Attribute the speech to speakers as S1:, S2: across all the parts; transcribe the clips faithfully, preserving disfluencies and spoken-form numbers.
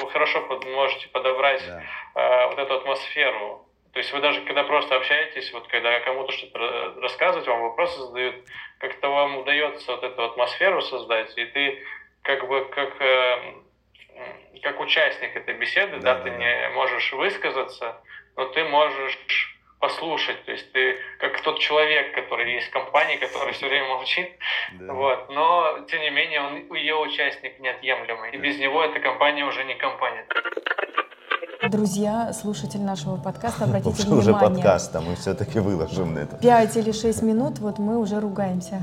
S1: вы хорошо под, можете подобрать
S2: да.
S1: э, вот эту атмосферу. То есть вы даже когда просто общаетесь, вот когда кому-то что-то рассказывать, вам вопросы задают, как-то вам удается вот эту атмосферу создать, и ты как бы как, э, как участник этой беседы, да,
S2: да,
S1: ты
S2: да,
S1: не
S2: да.
S1: можешь высказаться, но ты можешь послушать, то есть ты как тот человек, который есть в компании, который все время молчит,
S2: Да.
S1: вот, но тем не менее он ее участник неотъемлемый, и без него эта компания уже не компания.
S3: Друзья, слушатель нашего подкаста, обратите
S2: Уже
S3: внимание.
S2: Уже подкаста, мы все-таки выложим на это.
S3: Пять или шесть минут, вот мы уже ругаемся.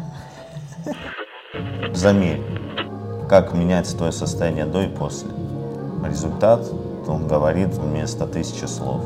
S2: Замерь, как меняется твое состояние до и после. Результат, он говорит вместо тысячи слов.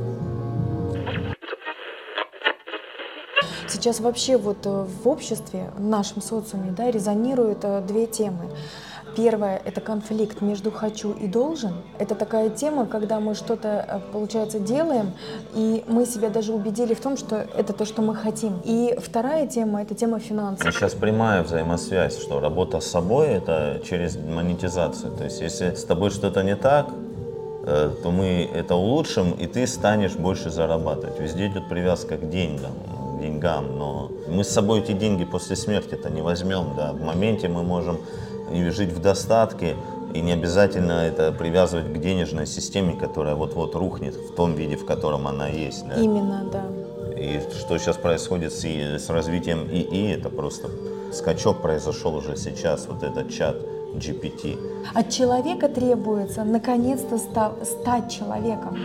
S3: Сейчас вообще вот в обществе, в нашем социуме, да, резонируют две темы. Первое – это конфликт между «хочу» и «должен». Это такая тема, когда мы что-то, получается, делаем, и мы себя даже убедили в том, что это то, что мы хотим. И вторая тема – это тема финансов.
S2: Сейчас прямая взаимосвязь, что работа с собой – это через монетизацию. То есть если с тобой что-то не так, то мы это улучшим, и ты станешь больше зарабатывать. Везде идет привязка к деньгам. деньгам, но мы с собой эти деньги после смерти-то не возьмем, да, в моменте мы можем и жить в достатке, и не обязательно это привязывать к денежной системе, которая вот-вот рухнет в том виде, в котором она есть. Да.
S3: Именно, да.
S2: И что сейчас происходит с, с развитием ИИ, это просто скачок произошел уже сейчас, вот этот чат джи пи ти.
S3: От человека требуется наконец-то ста- стать человеком.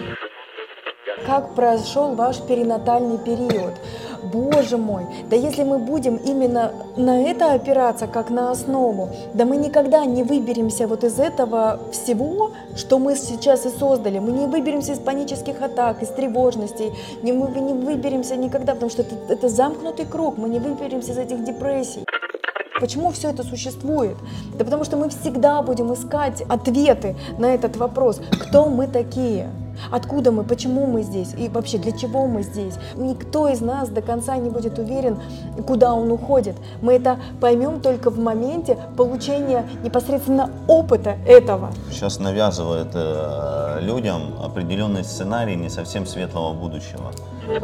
S3: Как прошел ваш перинатальный период? Боже мой, да если мы будем именно на это опираться, как на основу, да мы никогда не выберемся вот из этого всего, что мы сейчас и создали. Мы не выберемся из панических атак, из тревожностей, не, мы не выберемся никогда, потому что это, это замкнутый круг, мы не выберемся из этих депрессий. Почему все это существует? Да потому что мы всегда будем искать ответы на этот вопрос. Кто мы такие? Откуда мы? Почему мы здесь? И вообще, для чего мы здесь? Никто из нас до конца не будет уверен, куда он уходит. Мы это поймем только в моменте получения непосредственно опыта этого.
S2: Сейчас навязывают э, людям определенный сценарий не совсем светлого будущего.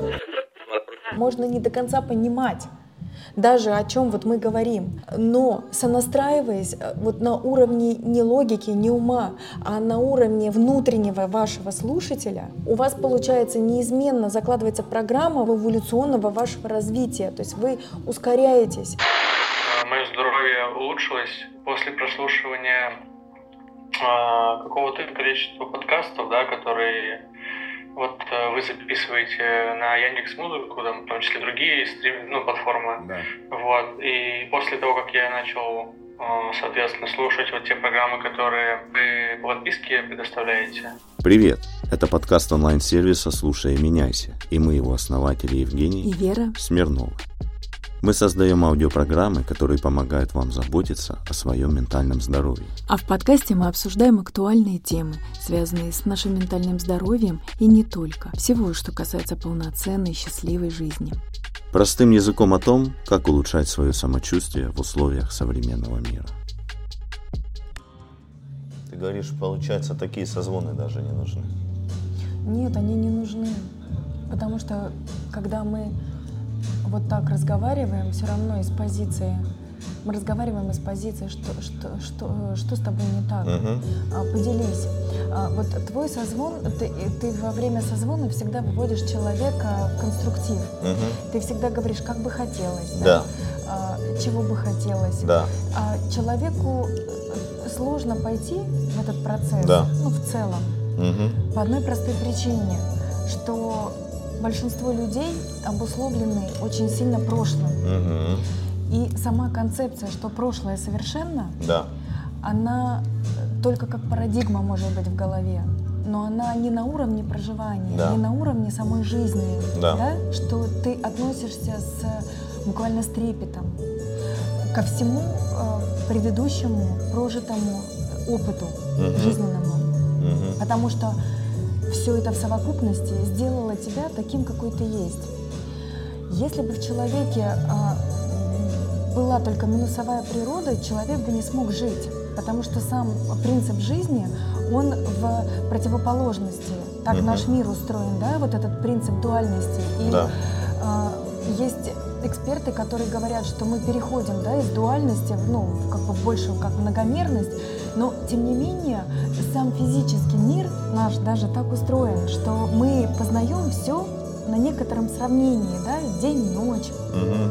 S3: Можно не до конца понимать даже о чем вот мы говорим, но сонастраиваясь вот на уровне не логики, не ума, а на уровне внутреннего вашего слушателя, у вас получается неизменно закладывается программа эволюционного вашего развития, то есть вы ускоряетесь.
S1: Мое здоровье улучшилось после прослушивания э, какого-то количества подкастов, да, которые вот вы записываете на Яндекс.Музыку, там, в том числе другие стрим, ну, платформы.
S2: Да.
S1: Вот. И после того, как я начал, соответственно, слушать вот те программы, которые вы по подписке предоставляете.
S4: Привет! Это подкаст онлайн-сервиса «Слушай и меняйся», и мы его основатели Евгений
S3: и Вера
S4: Смирнова. Мы создаем аудиопрограммы, которые помогают вам заботиться о своем ментальном здоровье.
S3: А в подкасте мы обсуждаем актуальные темы, связанные с нашим ментальным здоровьем и не только. Всего, что касается полноценной, счастливой жизни.
S4: Простым языком о том, как улучшать свое самочувствие в условиях современного мира.
S2: Ты говоришь, получается, такие созвоны даже не нужны.
S3: Нет, они не нужны. Потому что, когда мы вот так разговариваем, все равно из позиции, мы разговариваем из позиции, что, что, что, что с тобой не так,
S2: uh-huh.
S3: поделись. Вот твой созвон, ты, ты во время созвона всегда выводишь человека в конструктив.
S2: Uh-huh.
S3: Ты всегда говоришь, как бы хотелось,
S2: да.
S3: Да? Чего бы хотелось.
S2: Да.
S3: А человеку сложно пойти в этот процесс,
S2: да.
S3: ну, в целом,
S2: uh-huh.
S3: по одной простой причине, что большинство людей обусловлены очень сильно прошлым.
S2: Угу.
S3: И сама концепция, что прошлое совершенно,
S2: да.
S3: она только как парадигма может быть в голове, но она не на уровне проживания,
S2: да.
S3: не на уровне самой жизни,
S2: да.
S3: Да? Что ты относишься с, буквально с трепетом ко всему э, предыдущему прожитому опыту
S2: угу.
S3: жизненному.
S2: Угу.
S3: Потому что все это в совокупности сделало тебя таким, какой ты есть. Если бы в человеке а, была только минусовая природа, человек бы не смог жить. потому что сам принцип жизни, он в противоположности. Так
S2: Мгм.
S3: наш мир устроен, да, вот этот принцип дуальности. И
S2: Да.
S3: а, есть эксперты, которые говорят, что мы переходим, да, из дуальности в, ну, в как бы в большую как многомерность, но тем не менее сам физический мир наш даже так устроен, что мы познаем все на некотором сравнении, да, день-ночь,
S2: Мгм.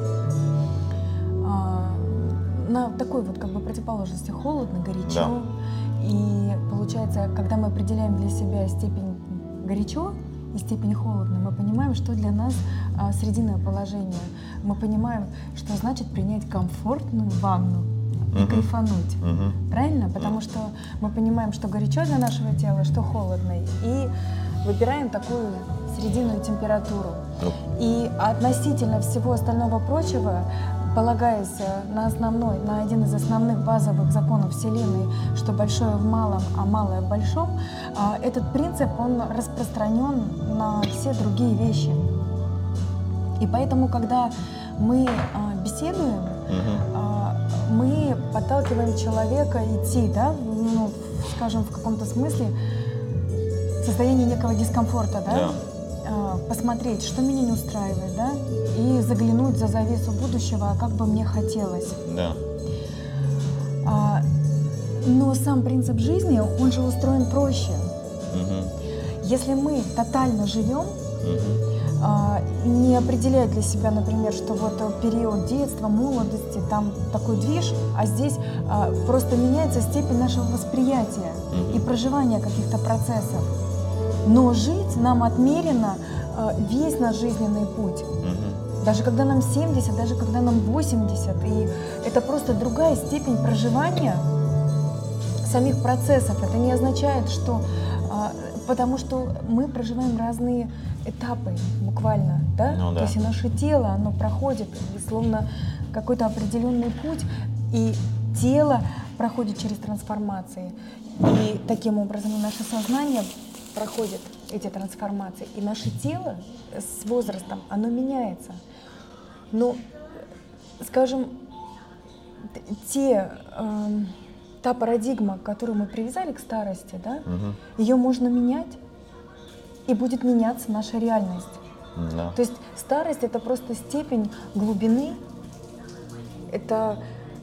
S3: а, на такой вот как бы противоположности холодно, горячо. И получается, когда мы определяем для себя степень горячо и степень холодно, мы понимаем, что для нас а, срединное положение. Мы понимаем, что значит принять комфортную ванну и
S2: Мгм.
S3: кайфануть.
S2: Мгм.
S3: Правильно? Потому что мы понимаем, что горячо для нашего тела, что холодно. И выбираем такую срединную температуру.
S2: Ну,
S3: И относительно всего остального прочего, полагаясь на основной, на один из основных базовых законов Вселенной, что большое в малом, а малое в большом, а, этот принцип, он распространен на все другие вещи. И поэтому, когда мы а, беседуем,
S2: мгм.
S3: а, мы подталкиваем человека идти, да, ну, скажем, в каком-то смысле, в состоянии некого дискомфорта, да,
S2: Да.
S3: а, посмотреть, что меня не устраивает, да, и заглянуть за завесу будущего, как бы мне хотелось.
S2: Да.
S3: А, но сам принцип жизни, он же устроен проще.
S2: Мгм.
S3: Если мы тотально живем,
S2: Мгм.
S3: а, не определяя для себя, например, что вот э, период детства, молодости, там такой движ, а здесь а, просто меняется степень нашего восприятия
S2: Мгм.
S3: и проживания каких-то процессов. Но жить нам отмерено а, весь наш жизненный путь.
S2: Мгм.
S3: Даже когда нам семьдесят, даже когда нам восемьдесят. И это просто другая степень проживания самих процессов. Это не означает, что... а, Потому что мы проживаем разные этапы буквально, да?
S2: Ну да.
S3: То есть и наше тело, оно проходит словно какой-то определенный путь, и тело проходит через трансформации. И таким образом и наше сознание проходит эти трансформации. И наше тело с возрастом, оно меняется. Но, скажем, т- те... эм, та парадигма, которую мы привязали к старости, да,
S2: Мгм.
S3: ее можно менять, и будет меняться наша реальность.
S2: Да.
S3: То есть старость — это просто степень глубины, это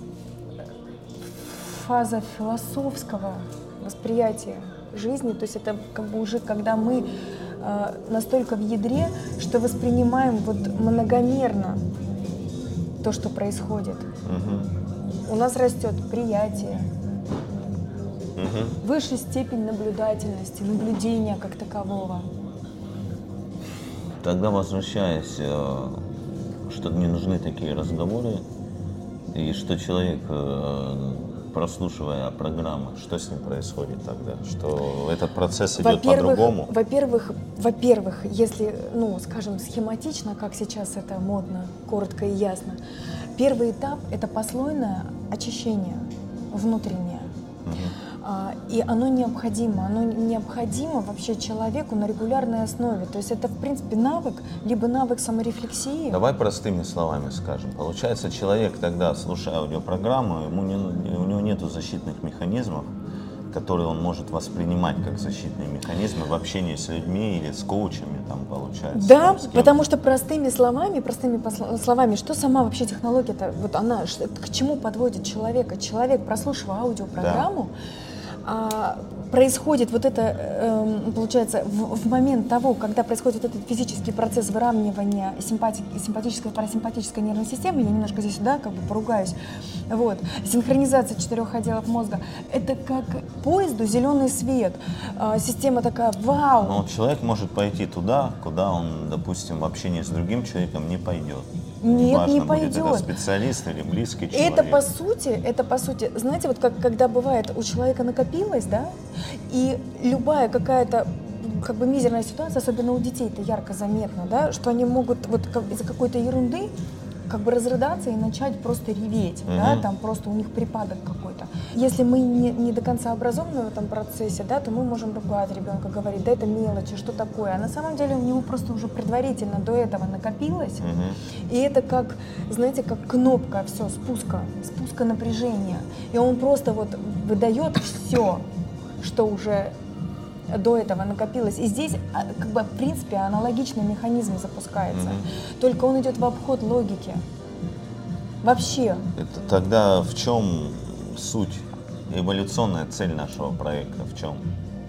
S3: фаза философского восприятия жизни, то есть это как бы уже когда мы э, настолько в ядре, что воспринимаем вот многомерно то, что происходит.
S2: Мгм.
S3: У нас растет приятие,
S2: Мгм.
S3: высшая степень наблюдательности, наблюдения как такового.
S2: Тогда возвращаясь, э, что не нужны такие разговоры, и что человек, э, прослушивая программы, что с ним происходит тогда? Что этот процесс идет
S3: Во-первых,
S2: по-другому?
S3: во-первых, во-первых, если, ну, скажем, схематично, как сейчас это модно, коротко и ясно, первый этап — это послойное очищение внутреннее.
S2: Мгм.
S3: А, И оно необходимо, оно необходимо вообще человеку на регулярной основе. То есть это, в принципе, навык, либо навык саморефлексии.
S2: Давай простыми словами скажем. Получается, человек тогда, слушая аудиопрограмму, ему не, у него нет защитных механизмов, которые он может воспринимать как защитные механизмы в общении с людьми или с коучами, там, получается.
S3: Да,
S2: там, с кем.
S3: потому что простыми словами, простыми посл- словами, что сама вообще технология-то, вот она, ш- к чему подводит человека? Человек, прослушивая аудиопрограмму, а, происходит вот это, эм, получается, в, в момент того, когда происходит вот этот физический процесс выравнивания симпати- симпатической и парасимпатической нервной системы, я немножко здесь, да, как бы поругаюсь, вот, синхронизация четырех отделов мозга, это как поезду зеленый свет, а, система такая, вау!
S2: Но человек может пойти туда, куда он, допустим, в общении с другим человеком не пойдет.
S3: Нет,
S2: Неважно,
S3: не
S2: будет это
S3: пойдет.
S2: специалист или близкий человек.
S3: Это по сути, это по сути, знаете, вот как когда бывает у человека накопилось, да, и любая какая-то как бы мизерная ситуация, особенно у детей, это ярко заметно, да, что они могут вот как- из-за какой-то ерунды как бы разрыдаться и начать просто реветь,
S2: Мгм.
S3: да, там просто у них припадок какой-то. Если мы не, не до конца образованы в этом процессе, да, то мы можем ругать ребенка, говорить, да это мелочи, что такое, а на самом деле у него просто уже предварительно до этого накопилось,
S2: Мгм.
S3: и это как, знаете, как кнопка, все, спуска, спуска напряжения, и он просто вот выдает все, что уже до этого накопилось. И здесь, а, как бы, в принципе, аналогичный механизм запускается.
S2: Мгм.
S3: Только он идет в обход логики. Вообще.
S2: Это тогда в чем суть, эволюционная цель нашего проекта? В чем?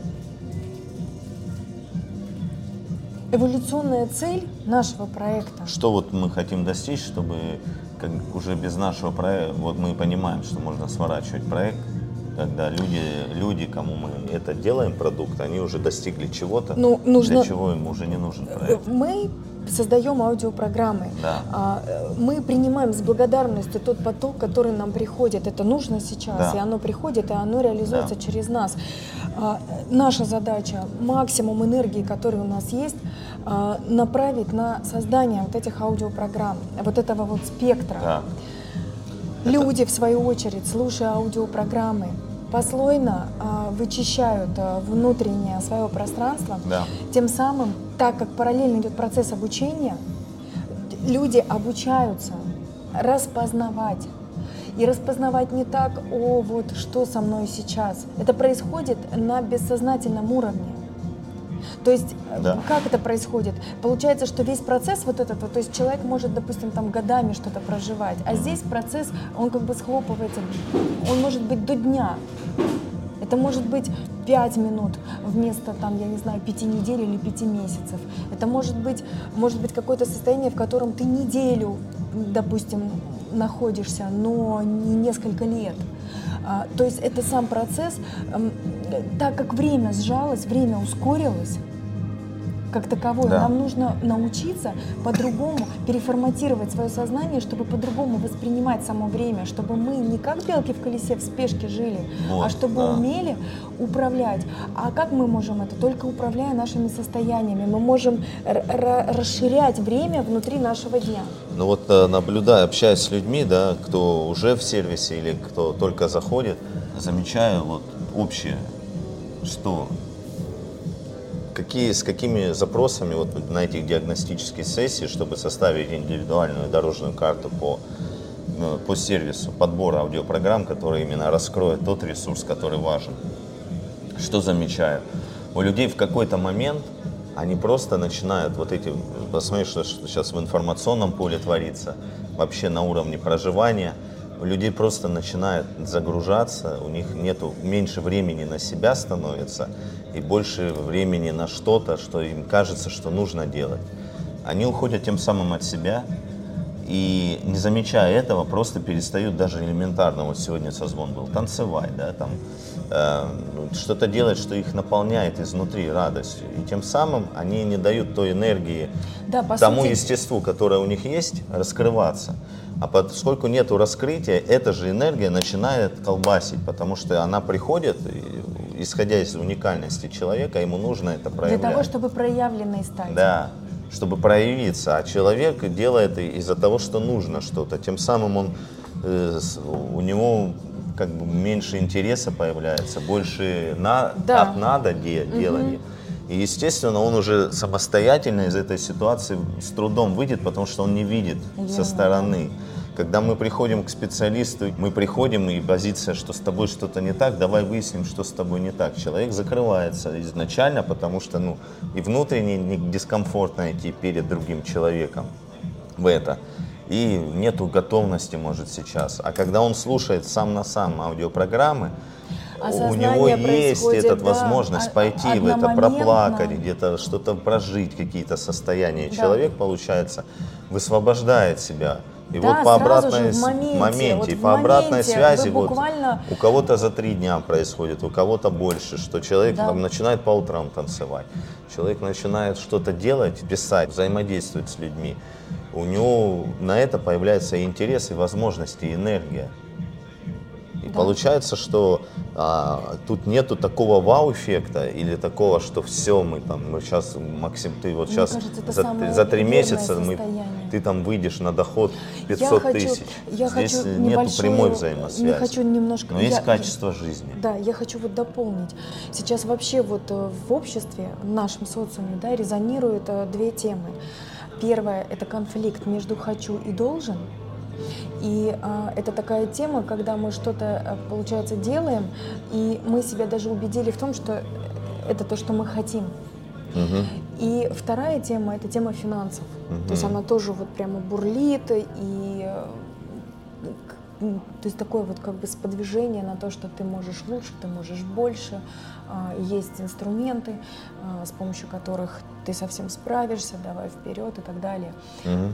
S3: Эволюционная цель нашего проекта.
S2: Что вот мы хотим достичь, чтобы как уже без нашего проекта, вот мы понимаем, что можно сворачивать проект, когда люди, люди, кому мы это делаем, продукт, они уже достигли чего-то,
S3: Ну, нужно-
S2: для чего им уже не нужен проект.
S3: Мы создаем аудиопрограммы.
S2: Да.
S3: А, э, Мы принимаем с благодарностью тот поток, который нам приходит. Это нужно сейчас,
S2: Да.
S3: и оно приходит, и оно реализуется
S2: Да.
S3: через нас. А, Наша задача — максимум энергии, который у нас есть, а, направить на создание вот этих аудиопрограмм, вот этого вот спектра.
S2: Да.
S3: Люди, в свою очередь, слушая аудиопрограммы, послойно а, вычищают а, внутреннее свое пространство.
S2: Да.
S3: Тем самым, так как параллельно идет процесс обучения, люди обучаются распознавать. И распознавать не так, о, вот что со мной сейчас. Это происходит на бессознательном уровне. То есть, э,
S2: Да.
S3: как это происходит? Получается, что весь процесс вот этот, вот, то есть человек может, допустим, там годами что-то проживать, а здесь процесс, он как бы схлопывается, он может быть до дня. Это может быть пять минут вместо, там, я не знаю, пяти недель или пяти месяцев. Это может быть, может быть какое-то состояние, в котором ты неделю, допустим, находишься, но не несколько лет. А, То есть это сам процесс, эм, так как время сжалось, время ускорилось, как таковое,
S2: Да.
S3: нам нужно научиться по-другому переформатировать свое сознание, чтобы по-другому воспринимать само время, чтобы мы не как белки в колесе в спешке жили,
S2: Вот,
S3: а чтобы
S2: да.
S3: умели управлять. А как мы можем это? Только управляя нашими состояниями. Мы можем р- р- расширять время внутри нашего дня.
S2: Ну вот э, наблюдая, общаясь с людьми, да, кто уже в сервисе или кто только заходит, замечаю вот общее, что какие, с какими запросами вот на этих диагностических сессиях, чтобы составить индивидуальную дорожную карту по, ну, по сервису, подбор аудиопрограмм, который именно раскроет тот ресурс, который важен. Что замечаю? У людей в какой-то момент они просто начинают вот эти, посмотрите, что, что сейчас в информационном поле творится, вообще на уровне проживания, у людей просто начинает загружаться, у них нету, меньше времени на себя становится и больше времени на что-то, что им кажется, что нужно делать. Они уходят тем самым от себя и, не замечая этого, просто перестают даже элементарно, вот сегодня созвон был, танцевать, да, там, э, что-то делать, что их наполняет изнутри радостью. И тем самым они не дают той энергии,
S3: Да, по
S2: тому
S3: сути,
S2: естеству, которое у них есть, раскрываться. А поскольку нету раскрытия, эта же энергия начинает колбасить, потому что она приходит, и, исходя из уникальности человека, ему нужно это
S3: для
S2: проявлять.
S3: того, чтобы проявленной стать.
S2: Да, чтобы проявиться. А человек делает из-за того, что нужно что-то. Тем самым он, э, с- у него как бы меньше интереса появляется, больше на,
S3: Да.
S2: от надо де- делания. И, естественно, он уже самостоятельно из этой ситуации с трудом выйдет, потому что он не видит
S3: Верно,
S2: со стороны. Когда мы приходим к специалисту, мы приходим, и позиция, что с тобой что-то не так, давай выясним, что с тобой не так. Человек закрывается изначально, потому что ну, и внутренне не дискомфортно идти перед другим человеком в это. И нету готовности, может, сейчас. А когда он слушает сам на сам аудиопрограммы, у
S3: Осознание
S2: него есть
S3: происходит,
S2: эта
S3: да,
S2: возможность
S3: о-
S2: пойти в это,
S3: одномоментно.
S2: проплакать, где-то что-то прожить, какие-то состояния.
S3: Да.
S2: Человек, получается, высвобождает себя. И
S3: Да,
S2: вот по
S3: сразу
S2: обратной,
S3: же в
S2: с-
S3: моменте,
S2: моменте,
S3: вот
S2: и
S3: в
S2: по обратной
S3: моменте
S2: связи,
S3: вы
S2: вот,
S3: буквально-
S2: у кого-то за три дня происходит, у кого-то больше, что человек
S3: Да.
S2: там начинает по утрам танцевать, человек начинает что-то делать, писать, взаимодействовать с людьми. У него на это появляется и интерес, и возможности, и энергия. И
S3: Да.
S2: получается, что а, тут нету такого вау-эффекта или такого, что все, мы там, мы сейчас, Максим, ты вот
S3: Мне
S2: сейчас
S3: кажется, это
S2: за,
S3: самое
S2: за три
S3: верное
S2: месяца мы
S3: состояние.
S2: ты там выйдешь на доход пятьсот тысяч.
S3: Я
S2: Здесь
S3: хочу
S2: нет
S3: небольшую,
S2: прямой взаимосвязи.
S3: Не хочу немножко,
S2: но есть
S3: я,
S2: качество жизни.
S3: Да, я хочу вот дополнить. Сейчас вообще вот в обществе, в нашем социуме, да, резонируют две темы. Первое – это конфликт между «хочу» и «должен». И а, это такая тема, когда мы что-то, получается, делаем, и мы себя даже убедили в том, что это то, что мы хотим.
S2: Угу.
S3: И вторая тема – это тема финансов. Угу. То есть она тоже вот прямо бурлит, и то есть такое вот как бы сподвижение на то, что ты можешь лучше, ты можешь больше. Есть инструменты, с помощью которых ты совсем справишься, давай вперед и так далее.
S2: Угу.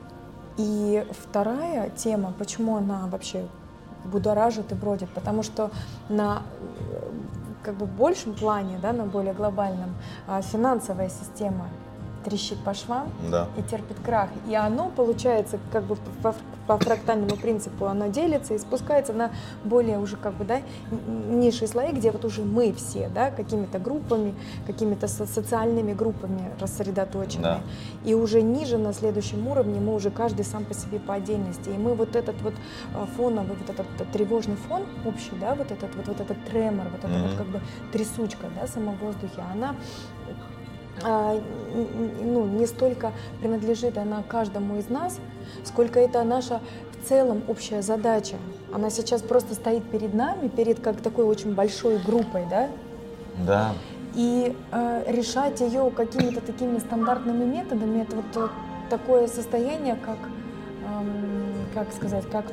S2: И
S3: вторая тема, почему она вообще будоражит и бродит, потому что на как бы большем плане, да, на более глобальном, финансовая система трещит по швам, да, и терпит крах. И оно, получается, как бы по, по фрактальному принципу оно делится и спускается на более уже как бы, да, низшие слои, где вот уже мы все, да, какими-то группами, какими-то со- социальными группами рассредоточены. Да. И уже ниже, на следующем уровне, мы уже каждый сам по себе по отдельности. И мы вот этот вот фоновый, вот этот тревожный фон общий, да, вот этот вот, вот этот тремор, вот эта mm-hmm. вот как бы трясучка, да, сама в воздухе, она А, ну, не столько принадлежит она каждому из нас, сколько это наша в целом общая задача. Она сейчас просто стоит перед нами, перед как такой очень большой группой, да?
S2: Да.
S3: И э, решать ее какими-то такими стандартными методами, это вот такое состояние, как, эм, как сказать, как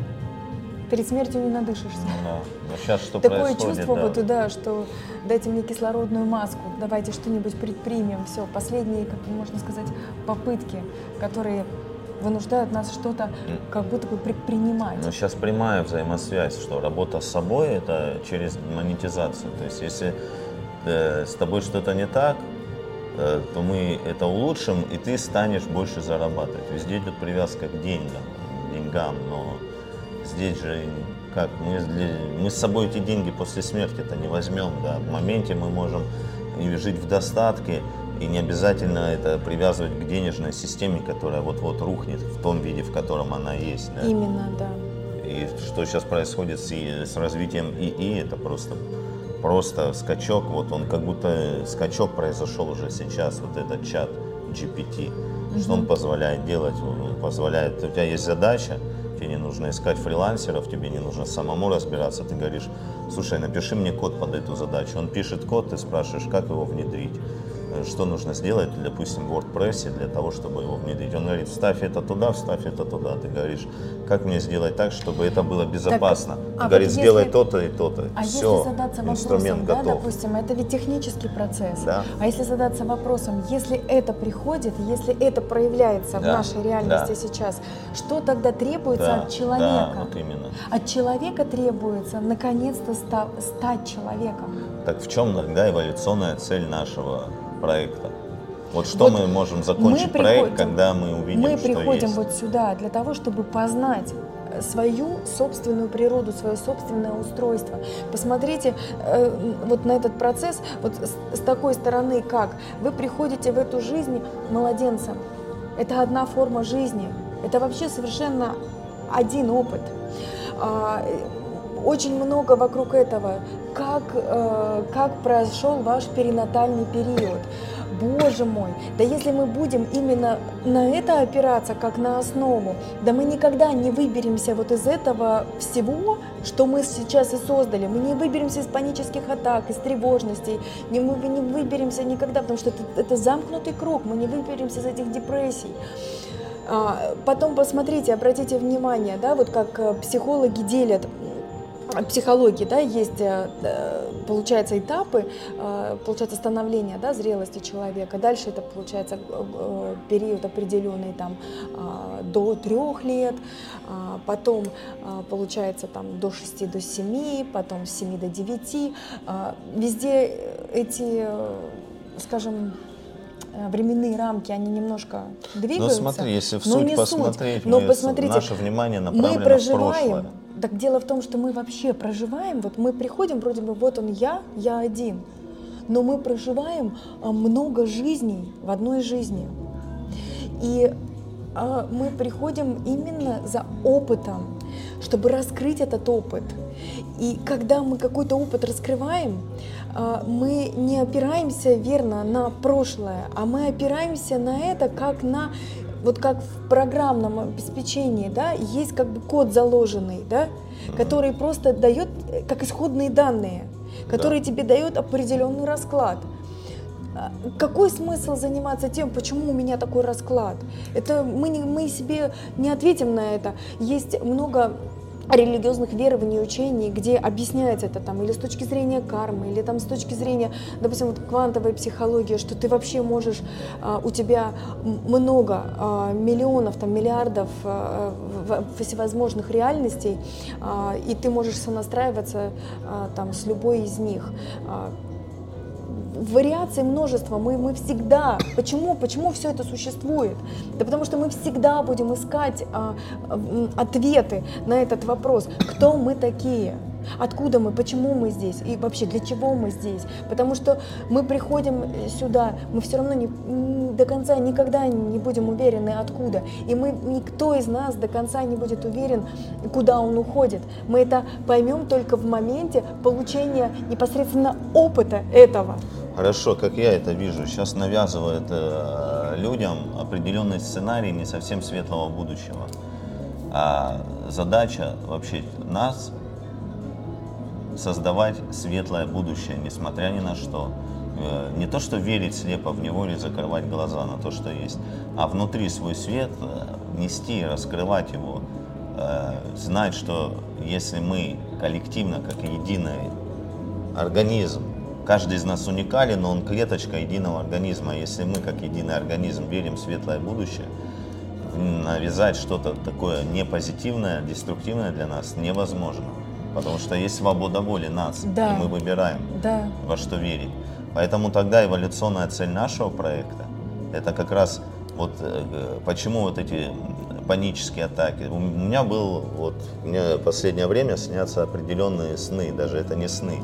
S3: перед смертью не надышишься.
S2: Да. Но сейчас что
S3: Такое
S2: происходит?
S3: чувство,
S2: да.
S3: вот, да, что дайте мне кислородную маску, давайте что-нибудь предпримем. Все, последние, как можно сказать, попытки, которые вынуждают нас что-то как будто бы предпринимать.
S2: Но сейчас прямая взаимосвязь, что работа с собой – это через монетизацию. То есть если э, с тобой что-то не так, э, то мы это улучшим, и ты станешь больше зарабатывать. Везде идет привязка к деньгам, деньгам, но здесь же как, мы, мы с собой эти деньги после смерти-то не возьмем, да, в моменте мы можем и жить в достатке, и не обязательно это привязывать к денежной системе, которая вот-вот рухнет в том виде, в котором она есть. Да.
S3: Именно, да.
S2: И что сейчас происходит с, с развитием ИИ, это просто, просто скачок, вот он как будто скачок произошел уже сейчас, вот этот чат джи пи ти, mm-hmm. что он позволяет делать, он позволяет, у тебя есть задача, тебе не нужно искать фрилансеров, тебе не нужно самому разбираться. Ты говоришь, слушай, напиши мне код под эту задачу. Он пишет код, ты спрашиваешь, как его внедрить, что нужно сделать, допустим, в WordPress для того, чтобы его внедрить. Он говорит, вставь это туда, вставь это туда. Ты говоришь, как мне сделать так, чтобы это было безопасно. Так,
S3: а
S2: он говорит,
S3: вот
S2: сделай
S3: если,
S2: то-то и то-то.
S3: А
S2: все,
S3: если задаться
S2: инструмент
S3: вопросом,
S2: готов.
S3: Да, допустим, это ведь технический процесс.
S2: Да.
S3: А если задаться вопросом, если это приходит, если это проявляется да. в нашей реальности да. сейчас, что тогда требуется
S2: да.
S3: от человека?
S2: Да, вот именно.
S3: От человека требуется наконец-то ста- стать человеком.
S2: Так в чем тогда эволюционная цель нашего проекта? Вот что вот мы можем закончить мы проект, приходим, когда мы увидим,
S3: мы
S2: что
S3: приходим
S2: есть.
S3: Вот сюда для того, чтобы познать свою собственную природу, свое собственное устройство. Посмотрите э, вот на этот процесс вот с, с такой стороны, как вы приходите в эту жизнь младенцем. Это одна форма жизни. Это вообще совершенно один опыт. А, очень много вокруг этого. Как, э, как прошел ваш перинатальный период. Боже мой, да если мы будем именно на это опираться, как на основу, да мы никогда не выберемся вот из этого всего, что мы сейчас и создали. Мы не выберемся из панических атак, из тревожностей, не, мы не выберемся никогда, потому что это, это замкнутый круг, мы не выберемся из этих депрессий. А, потом посмотрите, обратите внимание, да, вот как психологи делят, психологии, да, есть, получается, этапы, получается, становления, да, зрелости человека. Дальше это, получается, период определенный там до трех лет, потом, получается, там до шести, до семи, потом с семи до девяти. Везде эти, скажем, временные рамки, они немножко двигаются.
S2: Но смотри, если в суть посмотреть,
S3: суть. Но посмотрите,
S2: наше внимание направлено
S3: мы проживаем,
S2: в прошлое.
S3: Так дело в том, что мы вообще проживаем, вот мы приходим, вроде бы, вот он я, я один, но мы проживаем много жизней в одной жизни. И а, мы приходим именно за опытом, чтобы раскрыть этот опыт. И когда мы какой-то опыт раскрываем, а, мы не опираемся верно на прошлое, а мы опираемся на это как на, вот как в программном обеспечении, да, есть как бы код заложенный, да, который просто дает как исходные данные, который да. тебе дает определенный расклад. Какой смысл заниматься тем, почему у меня такой расклад? Это мы, не, мы себе не ответим на это. Есть много религиозных верований, учений, где объясняется это там или с точки зрения кармы, или там с точки зрения, допустим, вот квантовой психологии, что ты вообще можешь, а, у тебя много а, миллионов, там, миллиардов а, всевозможных реальностей, а, и ты можешь сонастраиваться а, там, с любой из них. А, Вариаций множество, мы, мы всегда, почему, почему все это существует? Да потому что мы всегда будем искать а, а, ответы на этот вопрос, кто мы такие, откуда мы, почему мы здесь и вообще для чего мы здесь. Потому что мы приходим сюда, мы все равно не, до конца никогда не будем уверены откуда, и мы, никто из нас до конца не будет уверен, куда он уходит. Мы это поймем только в моменте получения непосредственно опыта этого.
S2: Хорошо, как я это вижу, сейчас навязывают э, людям определенный сценарий не совсем светлого будущего. А задача вообще нас создавать светлое будущее, несмотря ни на что. Э, не то, что верить слепо в него или закрывать глаза на то, что есть, а внутри свой свет э, нести, раскрывать его, э, знать, что если мы коллективно, как единый организм, каждый из нас уникален, но он клеточка единого организма. Если мы, как единый организм, верим в светлое будущее, навязать что-то такое непозитивное, деструктивное для нас невозможно. Потому что есть свобода воли нас, да. и мы выбираем, да. во что верить. Поэтому тогда эволюционная цель нашего проекта – это как раз вот почему вот эти панические атаки. У меня был, вот, мне в последнее время снятся определенные сны, даже это не сны.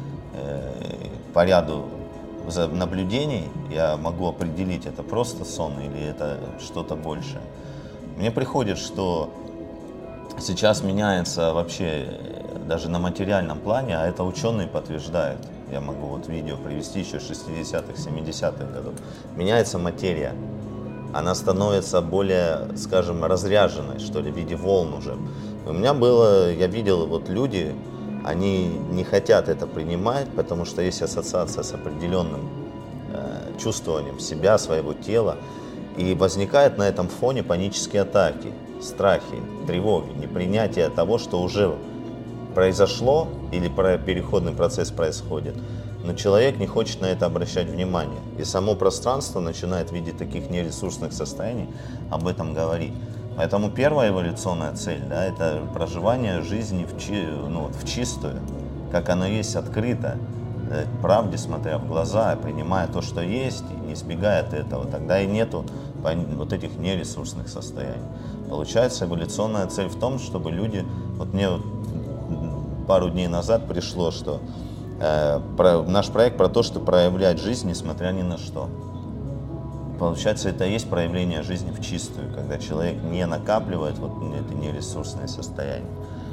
S2: По ряду наблюдений я могу определить, это просто сон или это что-то большее. Мне приходит, что сейчас меняется вообще даже на материальном плане, а это ученые подтверждают. Я могу вот видео привести еще шестидесятых, семидесятых годов. Меняется материя. Она становится более, скажем, разряженной, что ли, в виде волн уже. У меня было, я видел вот люди, они не хотят это принимать, потому что есть ассоциация с определенным э, чувствованием себя, своего тела. И возникают на этом фоне панические атаки, страхи, тревоги, непринятие того, что уже произошло или переходный процесс происходит. Но человек не хочет на это обращать внимание. И само пространство начинает в виде таких нересурсных состояний об этом говорить. Поэтому первая эволюционная цель, да, это проживание жизни в, чи, ну, в чистую, как оно есть, открыто, да, правде смотря в глаза, принимая то, что есть, и не избегая от этого. Тогда и нету вот этих нересурсных состояний. Получается, эволюционная цель в том, чтобы люди, вот мне вот пару дней назад пришло, что э, про, наш проект про то, что проявлять жизнь, несмотря ни на что. Получается, это и есть проявление жизни в чистую, когда человек не накапливает вот это нересурсное состояние,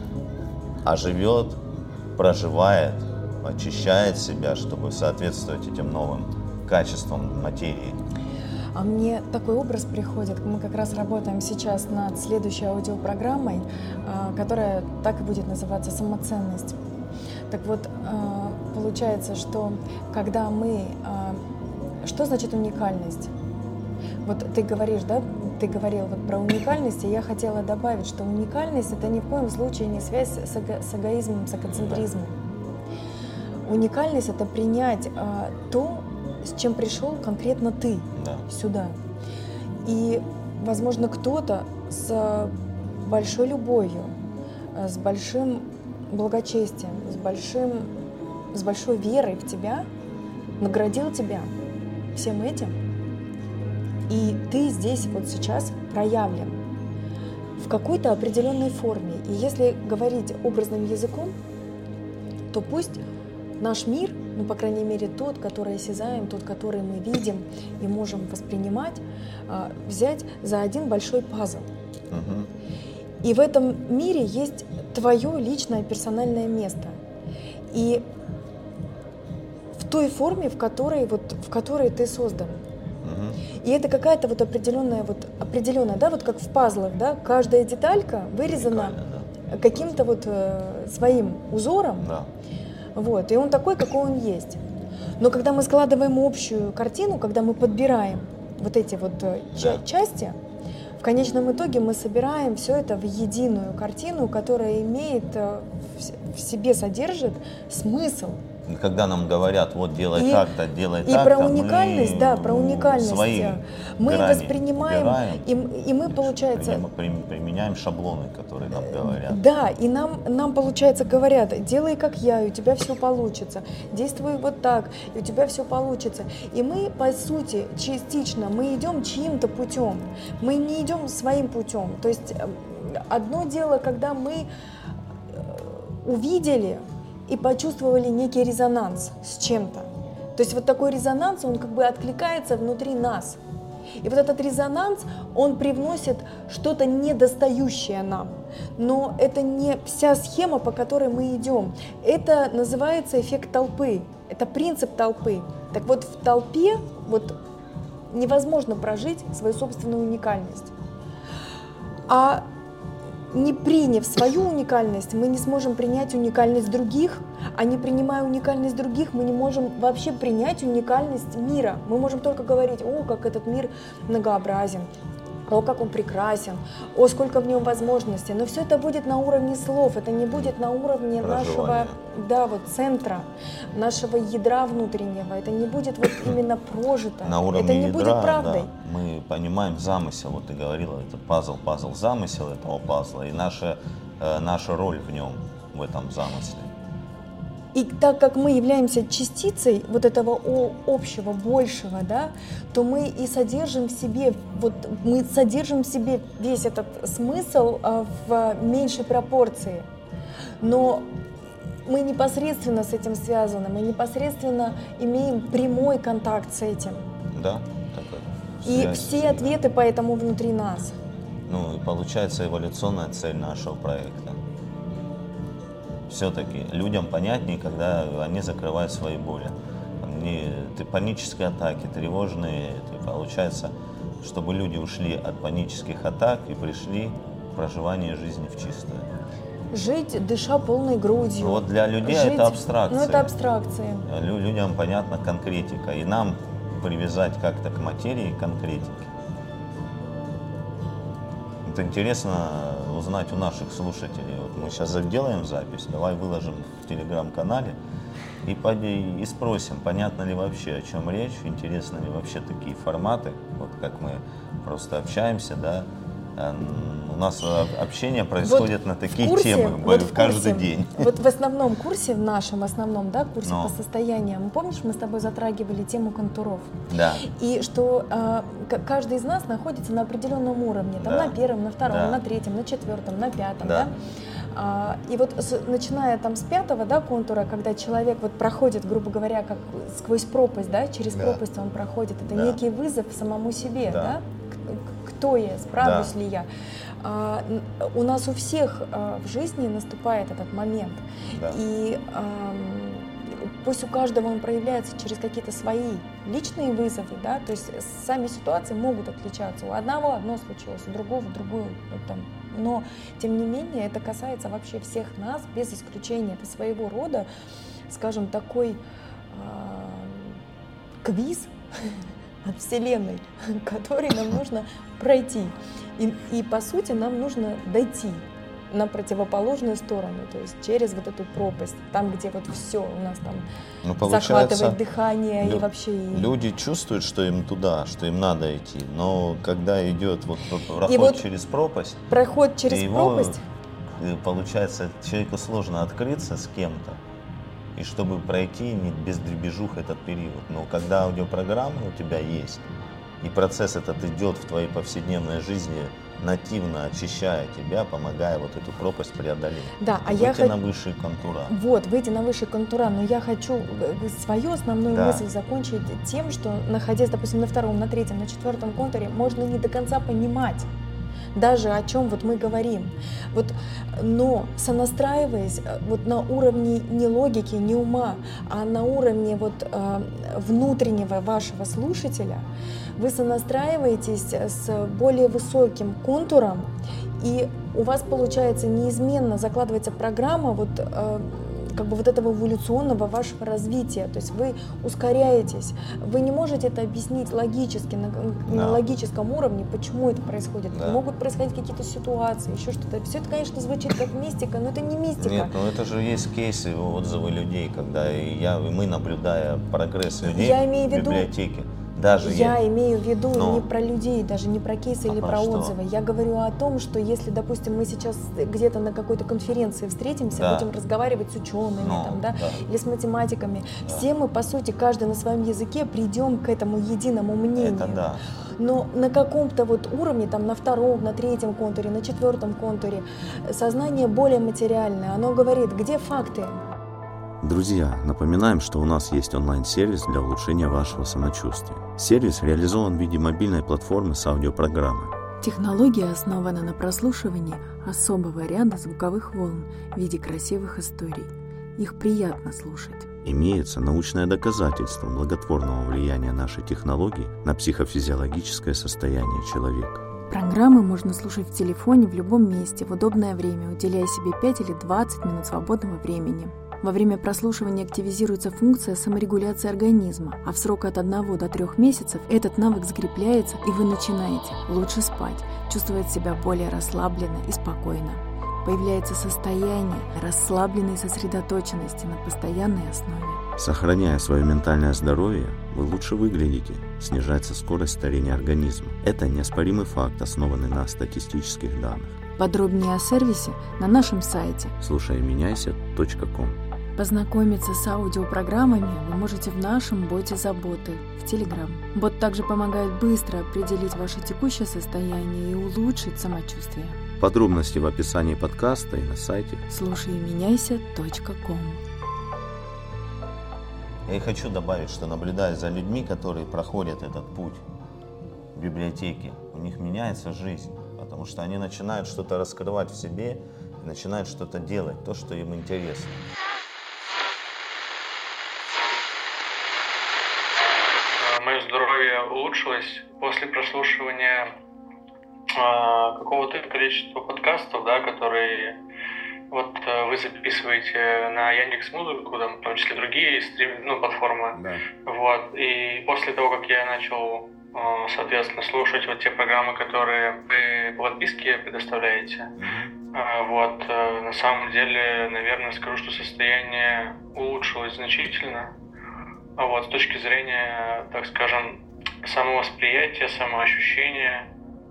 S2: а живет, проживает, очищает себя, чтобы соответствовать этим новым качествам материи.
S3: А мне такой образ приходит, мы как раз работаем сейчас над следующей аудиопрограммой, которая так и будет называться «Самоценность». Так вот, получается, что когда мы... Что значит уникальность? Вот ты говоришь, да, ты говорил вот про уникальность, и я хотела добавить, что уникальность — это ни в коем случае не связь с, эго, с эгоизмом, с эгоцентризмом. Уникальность — это принять а, то, с чем пришел конкретно ты да. сюда. И, возможно, кто-то с большой любовью, с большим благочестием, с, большим, с большой верой в тебя наградил тебя всем этим. И ты здесь вот сейчас проявлен в какой-то определенной форме. И если говорить образным языком, то пусть наш мир, ну, по крайней мере, тот, который осязаем, тот, который мы видим и можем воспринимать, а, взять за один большой пазл.
S2: Мгм.
S3: И в этом мире есть твое личное персональное место. И в той форме, в которой, вот, в которой ты создан.
S2: Мгм.
S3: И это какая-то вот определенная, вот, определенная, да, вот как в пазлах, да, каждая деталька вырезана
S2: Уникально, да.
S3: каким-то вот э, своим узором,
S2: Да.
S3: вот, и он такой, какой он есть. Но когда мы складываем общую картину, когда мы подбираем вот эти вот э, ча-
S2: Да.
S3: части, в конечном итоге мы собираем все это в единую картину, которая имеет э, в с- в себе содержит смысл.
S2: И когда нам говорят, вот делай
S3: И-
S2: так-то, делай
S3: И
S2: так-то,
S3: про уникальность,
S2: мы
S3: да, про уникальность
S2: свои
S3: э, мы
S2: грани
S3: воспринимаем,
S2: убираем,
S3: и, м- и мы, получается,
S2: прим- прим- применяем шаблоны, которые нам говорят.
S3: да, и нам, нам, получается, говорят, делай как я, и у тебя все получится, действуй вот так, и у тебя все получится. И мы, по сути, частично, мы идем чьим-то путем, мы не идем своим путем. То есть э, одно дело, когда мы э, увидели и почувствовали некий резонанс с чем-то. То есть вот такой резонанс, он как бы откликается внутри нас. И вот этот резонанс, он привносит что-то недостающее нам. Но это не вся схема, по которой мы идем. Это называется эффект толпы. Это принцип толпы. Так вот, в толпе вот невозможно прожить свою собственную уникальность. А не приняв свою уникальность, мы не сможем принять уникальность других, а не принимая уникальность других, мы не можем вообще принять уникальность мира. Мы можем только говорить, о, как этот мир многообразен, о, как он прекрасен, о, сколько в нем возможностей. Но все это будет на уровне слов, это не будет на уровне нашего,
S2: Проживания.
S3: да, вот центра, нашего ядра внутреннего. Это не будет вот именно прожито.
S2: На уровне
S3: это не
S2: ядра,
S3: будет правдой.
S2: да, мы понимаем замысел, вот ты говорила, это пазл, пазл, замысел этого пазла и наша, э, наша роль в нем, в этом замысле.
S3: И так как мы являемся частицей вот этого о- общего, большего, да, то мы и содержим в себе, вот мы содержим в себе весь этот смысл а, в меньшей пропорции. Но мы непосредственно с этим связаны, мы непосредственно имеем прямой контакт с этим.
S2: Да? Такая
S3: И
S2: связь
S3: все
S2: всегда.
S3: ответы поэтому внутри нас.
S2: Ну и получается эволюционная цель нашего проекта. Все-таки людям понятнее, когда они закрывают свои боли. Они, ты, панические атаки, тревожные, это получается, чтобы люди ушли от панических атак и пришли к проживанию жизни в чистое.
S3: Жить, дыша полной грудью.
S2: Вот для людей
S3: Жить-
S2: это абстракция.
S3: Ну, это абстракции.
S2: Лю- Людям понятна конкретика, и нам привязать как-то к материи конкретики. Это интересно узнать у наших слушателей. Вот мы сейчас сделаем запись, давай выложим в телеграм-канале и, поди- и спросим, понятно ли вообще, о чем речь, интересны ли вообще такие форматы, вот как мы просто общаемся, да. Э, У нас э, общение происходит
S3: Вот
S2: на
S3: в
S2: такие
S3: курсе,
S2: темы
S3: вот в
S2: каждый
S3: курсе,
S2: день.
S3: Вот в основном курсе, в нашем основном, да, курсе
S2: Но.
S3: по состояниям, помнишь, мы с тобой затрагивали тему контуров?
S2: Да.
S3: И что э, к- каждый из нас находится на определенном уровне, там
S2: Да.
S3: на первом, на втором,
S2: Да.
S3: на третьем, на четвертом, на пятом,
S2: Да.
S3: да? А, и вот с- начиная там с пятого, да, контура, когда человек вот проходит, грубо говоря, как сквозь пропасть, да, через
S2: Да.
S3: пропасть он проходит, это
S2: Да.
S3: некий вызов самому себе,
S2: Да.
S3: да? К- Кто я, справлюсь
S2: Да.
S3: ли я? А, н- у нас у всех а, в жизни наступает этот момент.
S2: Да.
S3: И ам, пусть у каждого он проявляется через какие-то свои личные вызовы, да, то есть сами ситуации могут отличаться. У одного одно случилось, у другого другое. Вот там. Но, тем не менее, это касается вообще всех нас, без исключения. Это своего рода, скажем, такой а, квиз от Вселенной, который нам нужно пройти. И, и, по сути, нам нужно дойти на противоположную сторону, то есть через вот эту пропасть, там, где вот все у нас там
S2: Ну, получается,
S3: захватывает дыхание
S2: лю-
S3: и вообще... и-
S2: люди чувствуют, что им туда, что им надо идти, но когда идет вот вот проход
S3: И вот
S2: через пропасть,
S3: Проход через
S2: его,
S3: пропасть,
S2: э, получается, человеку сложно открыться с кем-то, и чтобы пройти не без дребезжух этот период. Но когда аудиопрограмма у тебя есть, и процесс этот идет в твоей повседневной жизни нативно очищая тебя, помогая вот эту пропасть преодолеть.
S3: Да, а
S2: выйти
S3: я хочу...
S2: на высшие контура.
S3: Вот, выйти на высшие контура, но я хочу свою основную
S2: Да.
S3: мысль закончить тем, что, находясь, допустим, на втором, на третьем, на четвертом контуре, можно не до конца понимать даже о чем вот мы говорим. Вот, но сонастраиваясь вот на уровне не логики, не ума, а на уровне вот, э, внутреннего вашего слушателя, вы сонастраиваетесь с более высоким контуром, и у вас, получается, неизменно закладывается программа вот, э, как бы вот этого эволюционного вашего развития. То есть вы ускоряетесь. Вы не можете это объяснить логически, на, на
S2: Да.
S3: логическом уровне, почему это происходит.
S2: Да.
S3: Могут происходить какие-то ситуации, еще что-то. Все это, конечно, звучит как мистика, но это не мистика.
S2: Нет, ну это же есть кейсы, отзывы людей, когда и я, и мы, наблюдая прогресс людей
S3: Я имею в
S2: в
S3: виду-
S2: библиотеке, даже
S3: Я
S2: я-
S3: имею в виду
S2: Но-
S3: не про людей, даже не про кейсы
S2: А
S3: или
S2: про
S3: про
S2: что?
S3: отзывы. Я говорю о том, что если, допустим, мы сейчас где-то на какой-то конференции встретимся,
S2: Да.
S3: будем разговаривать с учеными
S2: Ну,
S3: там, да,
S2: да.
S3: или с математиками, все мы, по сути, каждый на своем языке придем к этому единому мнению.
S2: это да.
S3: Но на каком-то вот уровне, там, на втором, на третьем контуре, на четвертом контуре, сознание более материальное. Оно говорит, где факты?
S4: Друзья, напоминаем, что у нас есть онлайн-сервис для улучшения вашего самочувствия. Сервис реализован в виде мобильной платформы с аудиопрограммой.
S5: Технология основана на прослушивании особого ряда звуковых волн в виде красивых историй. Их приятно слушать.
S4: Имеется научное доказательство благотворного влияния нашей технологии на психофизиологическое состояние человека.
S5: Программы можно слушать в телефоне в любом месте в удобное время, уделяя себе пять или двадцать минут свободного времени. Во время прослушивания активизируется функция саморегуляции организма, а в срок от одного до трёх месяцев этот навык закрепляется, и вы начинаете лучше спать, чувствовать себя более расслабленно и спокойно. Появляется состояние расслабленной сосредоточенности на постоянной основе.
S4: Сохраняя свое ментальное здоровье, вы лучше выглядите, снижается скорость старения организма. Это неоспоримый факт, основанный на статистических данных.
S5: Подробнее о сервисе на нашем сайте.
S4: слушай меняйся точка ком.
S5: Познакомиться с аудиопрограммами вы можете в нашем боте заботы в Telegram. Бот также помогает быстро определить ваше текущее состояние и улучшить самочувствие.
S4: Подробности в описании подкаста и на сайте.
S5: слушай меняйся точка ком.
S2: Я и хочу добавить, что наблюдая за людьми, которые проходят этот путь в библиотеке, у них меняется жизнь, потому что они начинают что-то раскрывать в себе, и начинают что-то делать, то, что им интересно.
S1: Мое здоровье улучшилось после прослушивания э, какого-то количества подкастов, да, которые вот э, вы записываете на Яндекс.Музыку, там, в том числе другие стрим, ну, платформы.
S2: Да.
S1: Вот. И после того, как я начал, э, соответственно, слушать вот те программы, которые вы по подписке предоставляете, э, вот, э, на самом деле, наверное, скажу, что состояние улучшилось значительно. А вот с точки зрения, так скажем, самовосприятия, самоощущения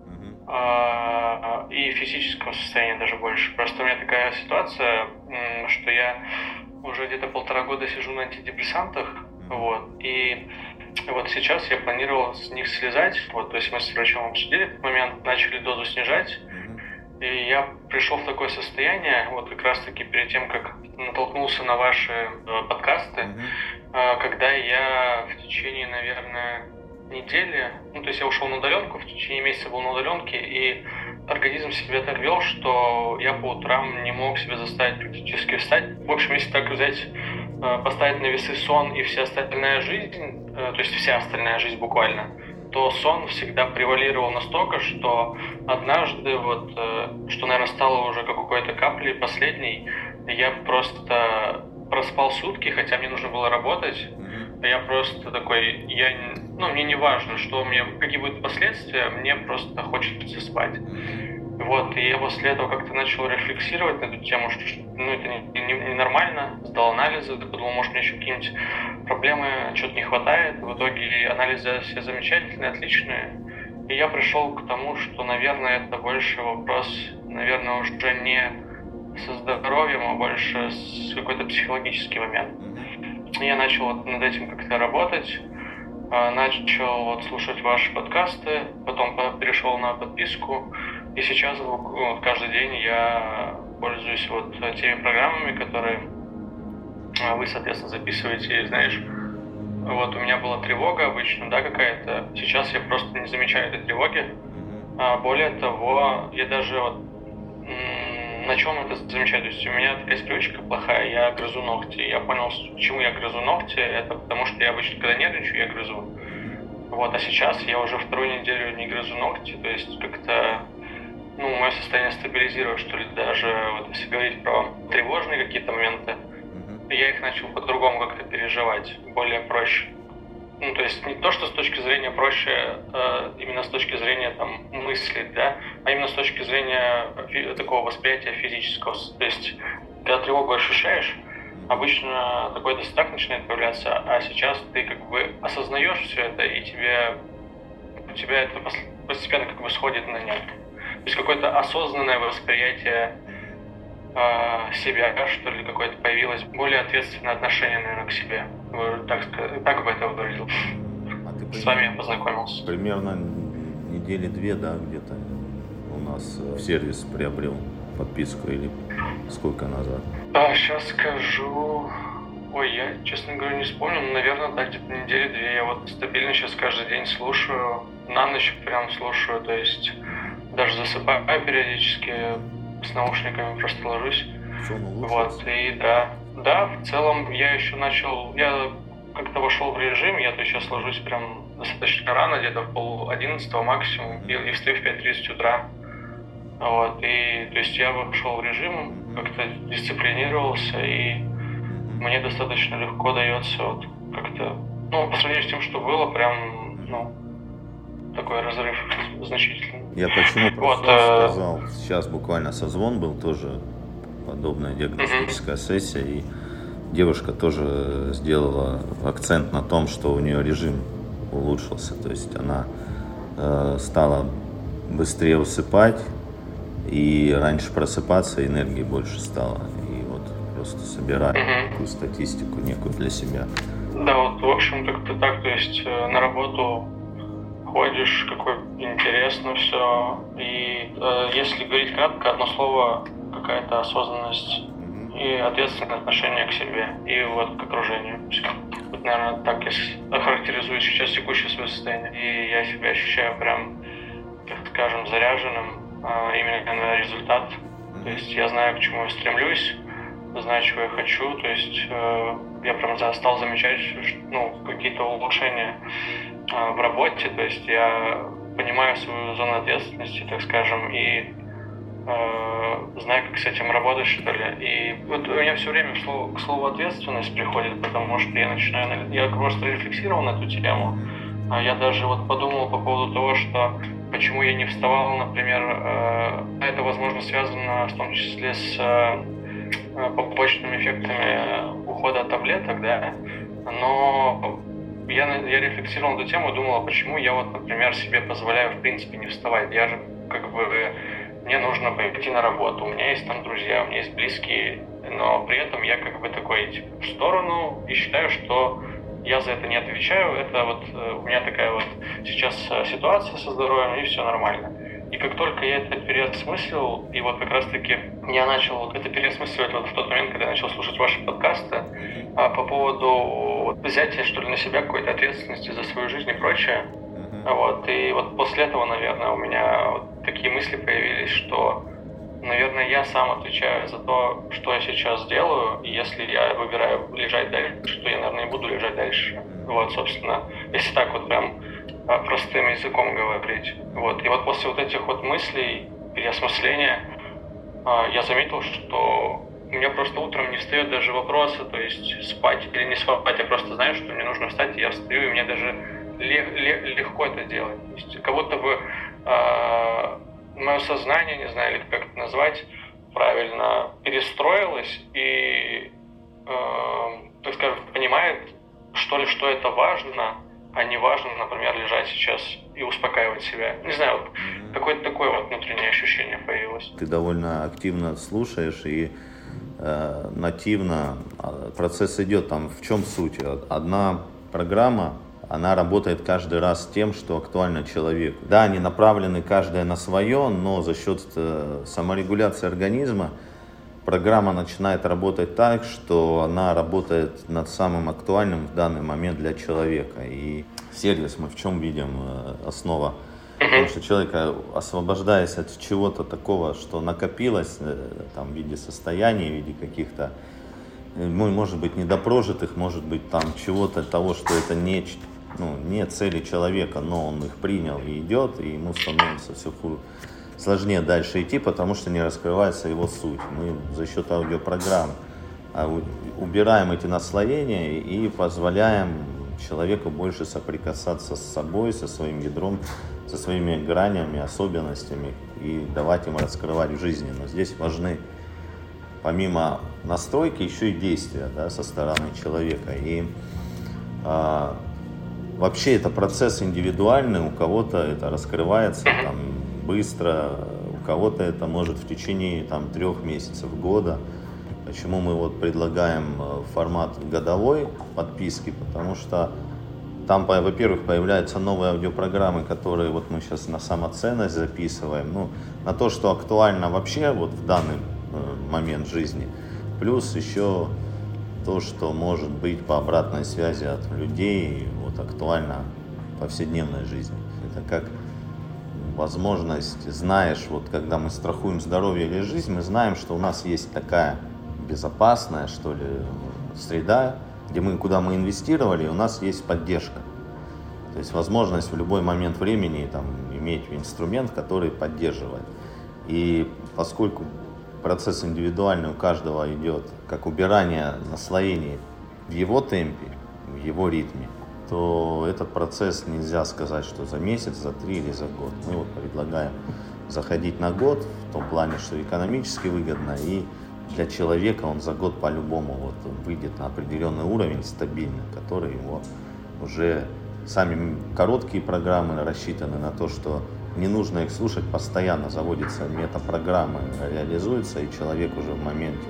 S1: э, и физического состояния даже больше. Просто у меня такая ситуация, м, что я уже где-то полтора года сижу на антидепрессантах, вот, и вот сейчас я планировал с них слезать, вот, то есть мы с врачом обсудили этот момент, начали дозу снижать, и я пришел в такое состояние, вот как раз-таки перед тем, как натолкнулся на ваши э, подкасты, э, когда я в течение, наверное, недели, ну, то есть я ушел на удаленку, в течение месяца был на удаленке, и организм себя так вел, что я по утрам не мог себя заставить практически встать. В общем, если так взять, э, поставить на весы сон и вся остальная жизнь, э, то есть вся остальная жизнь буквально, то сон всегда превалировал настолько, что однажды, вот, э, что, наверное, стало уже как какой-то каплей последней, я просто проспал сутки, хотя мне нужно было работать. Я просто такой, я, ну, мне не важно, что у меня, какие будут последствия, мне просто хочется спать. Вот, и я после этого как-то начал рефлексировать на эту тему, что ну, это не, не, не нормально, сдал анализы, подумал, может, мне еще какие-нибудь проблемы, что-то не хватает. В итоге анализы все замечательные, отличные. И я пришел к тому, что, наверное, это больше вопрос, наверное, уже не со здоровьем, а больше с какой-то психологический момент. Я начал вот над этим как-то работать, начал вот слушать ваши подкасты, потом перешел на подписку. И сейчас вот, каждый день я пользуюсь вот теми программами, которые вы, соответственно, записываете. Знаешь, вот у меня была тревога обычно, да, какая-то. Сейчас я просто не замечаю этой тревоги. А более того, я даже вот на чем это замечаю? То есть у меня такая привычка плохая, я грызу ногти. Я понял, почему я грызу ногти. Это потому что я обычно, когда нервничаю, я грызу. Вот, а сейчас я уже вторую неделю не грызу ногти. То есть как-то, ну, мое состояние стабилизирует, что ли, даже вот если говорить про тревожные какие-то моменты, я их начал по-другому как-то переживать, более проще. Ну, то есть не то, что с точки зрения проще, э, именно с точки зрения там мысли, да, а именно с точки зрения фи- такого восприятия физического. То есть, когда тревогу ощущаешь, обычно такой дистак начинает появляться, а сейчас ты как бы осознаешь все это, и тебе, у тебя это постепенно как бы сходит на нет. То есть какое-то осознанное восприятие э, себя, что ли, какое-то появилось, более ответственное отношение, наверное, к себе. Так, так бы это выразил. А ты с вами я познакомился.
S2: Примерно недели две, да, где-то у нас в сервис приобрел подписку или сколько назад?
S1: А, сейчас скажу. Ой, я, честно говоря, не вспомню, но, наверное, так где-то недели две. Я вот стабильно сейчас каждый день слушаю, на ночь прям слушаю, то есть даже засыпаю периодически с наушниками, просто ложусь. Вот, и да. Да, в целом я еще начал, я как-то вошел в режим, я то есть сейчас ложусь прям достаточно рано, где-то в пол одиннадцатого максимум, и, и встаю в пять тридцать утра. Вот, и то есть я вошел в режим, как-то дисциплинировался, и мне достаточно легко дается вот как-то, ну, по сравнению с тем, что было, прям, ну, такой разрыв значительный.
S2: Я почему
S1: вот,
S2: просто сказал, сейчас буквально созвон был тоже, подобная диагностическая mm-hmm. сессия, и девушка тоже сделала акцент на том, что у нее режим улучшился, то есть она э, стала быстрее усыпать, и раньше просыпаться, энергии больше стало, и вот просто собирать mm-hmm. такую статистику некую для себя.
S1: Да, вот в общем как-то так, то есть э, на работу ходишь, какой интересно все, и э, если говорить кратко, одно слово, какая-то осознанность mm-hmm. и ответственное отношение к себе и вот к окружению. Вот, наверное, так я охарактеризую сейчас текущее свое состояние. И я себя ощущаю прям, так скажем, заряженным а, именно на результат. Mm-hmm. То есть я знаю, к чему я стремлюсь, знаю, чего я хочу. То есть э, я прям стал замечать, что, ну, какие-то улучшения э, в работе. То есть я понимаю свою зону ответственности, так скажем, и знаю, как с этим работать, что ли. И вот у меня все время к слову ответственность приходит, потому что я начинаю, я просто рефлексировал на эту тему. Я даже вот подумал по поводу того, что почему я не вставал, например, это, возможно, связано в том числе с побочными эффектами ухода от таблеток, да, но я, я рефлексировал на эту тему и думал, почему я вот, например, себе позволяю в принципе не вставать. Я же как бы мне нужно пойти на работу, у меня есть там друзья, у меня есть близкие, но при этом я как бы такой типа, в сторону и считаю, что я за это не отвечаю. Это вот у меня такая вот сейчас ситуация со здоровьем, и все нормально. И как только я это переосмыслил, и вот как раз-таки я начал вот это переосмысливать вот в тот момент, когда я начал слушать ваши подкасты а, по поводу вот, взятия, что ли, на себя какой-то ответственности за свою жизнь и прочее. Вот, и вот после этого, наверное, у меня вот такие мысли появились, что, наверное, я сам отвечаю за то, что я сейчас делаю, и если я выбираю лежать дальше, то я, наверное, и буду лежать дальше. Вот, собственно, если так вот прям простым языком говорить. Вот, и вот после вот этих вот мыслей, переосмысления, я заметил, что у меня просто утром не встает даже вопроса, то есть спать или не спать, я просто знаю, что мне нужно встать, и я встаю, и мне даже легко это делать. То есть как будто бы э, мое сознание, не знаю, или как это назвать правильно, перестроилось и, э, так скажем, понимает, что ли, что это важно, а не важно, например, лежать сейчас и успокаивать себя. Не знаю, вот какое-то такое вот внутреннее ощущение появилось.
S2: Ты довольно активно слушаешь и э, нативно процесс идет. Там в чем суть? Одна программа она работает каждый раз тем, что актуально человеку. Да, они направлены каждая на свое, но за счет саморегуляции организма программа начинает работать так, что она работает над самым актуальным в данный момент для человека. И сервис мы в чем видим основа? Потому что человек, освобождаясь от чего-то такого, что накопилось там, в виде состояний, в виде каких-то, может быть, недопрожитых, может быть, там чего-то того, что это не, ну, не цели человека, но он их принял и идет, и ему становится все сложнее дальше идти, потому что не раскрывается его суть. Мы за счет аудиопрограмм убираем эти наслоения и позволяем человеку больше соприкасаться с собой, со своим ядром, со своими гранями, особенностями и давать им раскрывать в жизни. Но здесь важны помимо настройки еще и действия, да, со стороны человека. И а, вообще это процесс индивидуальный, у кого-то это раскрывается там, быстро, у кого-то это может в течение там, трех месяцев, года. Почему мы вот предлагаем формат годовой подписки? Потому что там, во-первых, появляются новые аудиопрограммы, которые вот мы сейчас на самоценность записываем, ну, на то, что актуально вообще вот в данный момент жизни. Плюс еще то, что может быть по обратной связи от людей, вот актуально в повседневной жизни. Это как возможность, знаешь, вот когда мы страхуем здоровье или жизнь, мы знаем, что у нас есть такая безопасная, что ли, среда, где мы, куда мы инвестировали, у нас есть поддержка. То есть возможность в любой момент времени там, иметь инструмент, который поддерживает. И поскольку процесс индивидуальный у каждого идет, как убирание наслоений в его темпе, в его ритме, то этот процесс нельзя сказать, что за месяц, за три или за год. Мы вот предлагаем заходить на год, в том плане, что экономически выгодно, и для человека он за год по-любому вот выйдет на определенный уровень стабильный, который его уже сами короткие программы рассчитаны на то, что не нужно их слушать, постоянно заводится метапрограмма, реализуется, и человек уже в моменте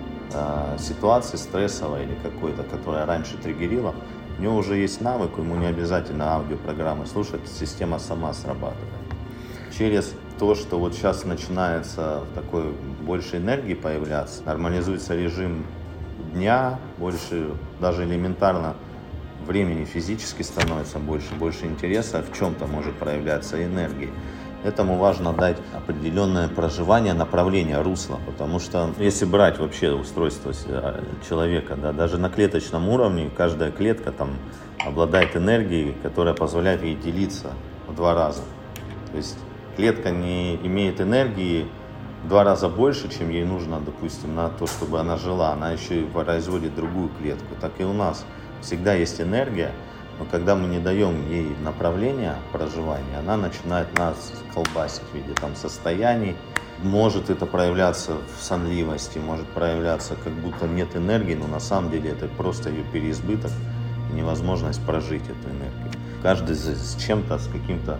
S2: э, ситуации стрессовой или какой-то, которая раньше триггерила, у него уже есть навык, ему не обязательно аудиопрограммы слушать, система сама срабатывает. Через то, что вот сейчас начинается такой больше энергии появляться, нормализуется режим дня, больше даже элементарно времени физически становится больше, больше интереса, в чем-то может проявляться энергия. Этому важно дать определенное проживание, направление, русло, потому что если брать вообще устройство человека, да, даже на клеточном уровне, каждая клетка там обладает энергией, которая позволяет ей делиться в два раза. То есть клетка не имеет энергии в два раза больше, чем ей нужно, допустим, на то, чтобы она жила. Она еще и производит другую клетку. Так и у нас всегда есть энергия, но когда мы не даем ей направления проживания, она начинает нас колбасить в виде там, состояний. Может это проявляться в сонливости, может проявляться, как будто нет энергии, но на самом деле это просто ее переизбыток и невозможность прожить эту энергию. Каждый с чем-то, с каким-то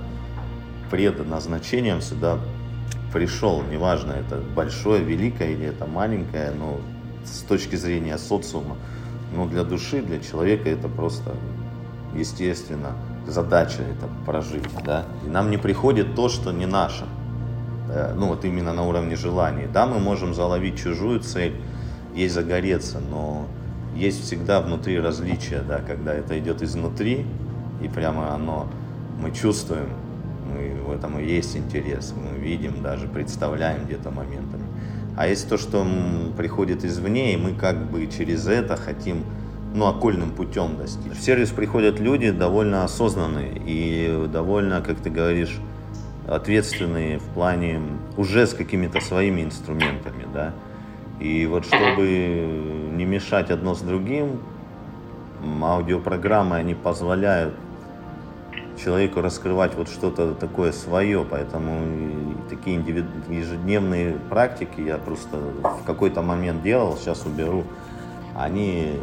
S2: предназначением сюда пришел, неважно, это большое, великое или это маленькое, но с точки зрения социума, но для души, для человека это просто естественно задача это прожить, да. И нам не приходит то, что не наше, ну вот именно на уровне желаний. Да, мы можем заловить чужую цель, ей загореться, но есть всегда внутри различия, да, когда это идет изнутри и прямо оно, мы чувствуем. Мы, в этом и есть интерес, мы видим, даже представляем где-то моментами. А есть то, что приходит извне, и мы как бы через это хотим, ну, окольным путем достичь. В сервис приходят люди довольно осознанные и довольно, как ты говоришь, ответственные в плане уже с какими-то своими инструментами, да. И вот чтобы не мешать одно с другим, аудиопрограммы, они позволяют человеку раскрывать вот что-то такое свое, поэтому такие ежедневные практики я просто в какой-то момент делал, сейчас уберу, они,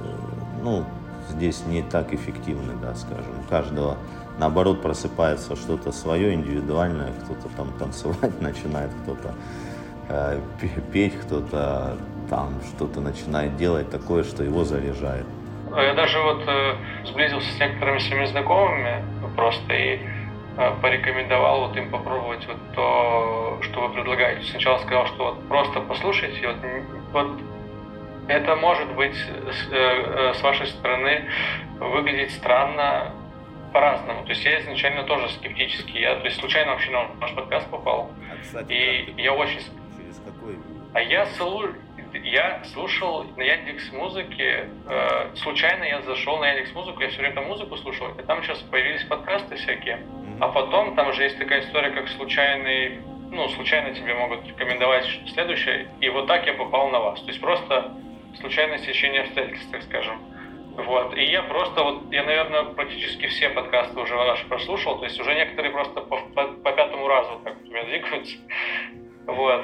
S2: ну, здесь не так эффективны, да, скажем, у каждого, наоборот, просыпается что-то свое, индивидуальное, кто-то там танцевать начинает, кто-то э, петь, кто-то там что-то начинает делать такое, что его заряжает.
S1: Я даже вот э, сблизился с некоторыми своими знакомыми просто и э, порекомендовал вот им попробовать вот то, что вы предлагаете. Сначала сказал, что вот просто послушайте, вот, вот это может быть с, э, с вашей стороны выглядеть странно по-разному. То есть я изначально тоже скептический. Я, то есть случайно вообще на ваш подкаст попал.
S2: А, кстати,
S1: и я очень...
S2: Через какой?
S1: А я, слу... я слушал на Яндекс.Музыке, э, случайно я зашел на Яндекс.Музыку, я все время там музыку слушал, и там сейчас появились подкасты всякие. Mm-hmm. А потом там же есть такая история, как случайный, ну, случайно тебе могут рекомендовать следующее, и вот так я попал на вас. То есть просто случайное стечение обстоятельств, так скажем. Вот. И я просто, вот, я, наверное, практически все подкасты уже ваши прослушал, то есть уже некоторые просто по, по, по пятому разу так у меня двигаются. Вот.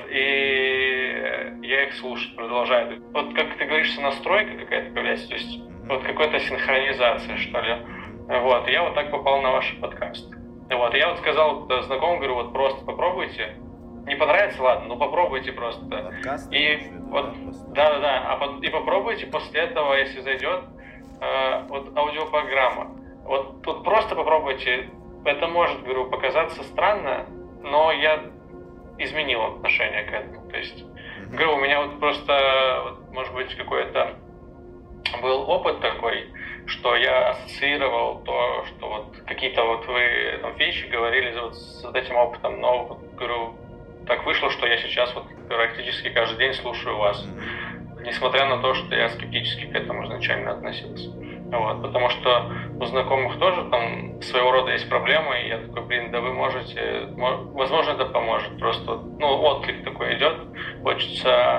S1: И я их слушаю, продолжаю. Вот как ты говоришь, настройка какая-то появляется, то есть вот какая-то синхронизация, что ли. Вот. И я вот так попал на ваш подкаст. Вот. И я вот сказал знакомым, говорю, вот просто попробуйте. Не понравится, ладно, ну попробуйте просто.
S2: Подкаст,
S1: и вот, да-да-да, а по, и попробуйте после этого, если зайдет, э, вот аудиопрограмма. Вот тут просто попробуйте. Это может, говорю, показаться странно, но я изменил отношение к этому. То есть, mm-hmm. говорю, у меня вот просто, вот, может быть, какой-то был опыт такой, что я ассоциировал то, что вот какие-то вот вы там вещи говорили вот с вот этим опытом, но вот, говорю, так вышло, что я сейчас вот практически каждый день слушаю вас, mm-hmm. несмотря на то, что я скептически к этому изначально относился. Вот, потому что у знакомых тоже там своего рода есть проблемы, и я такой, блин, да вы можете, возможно, это поможет. Просто, ну, отклик такой идет, хочется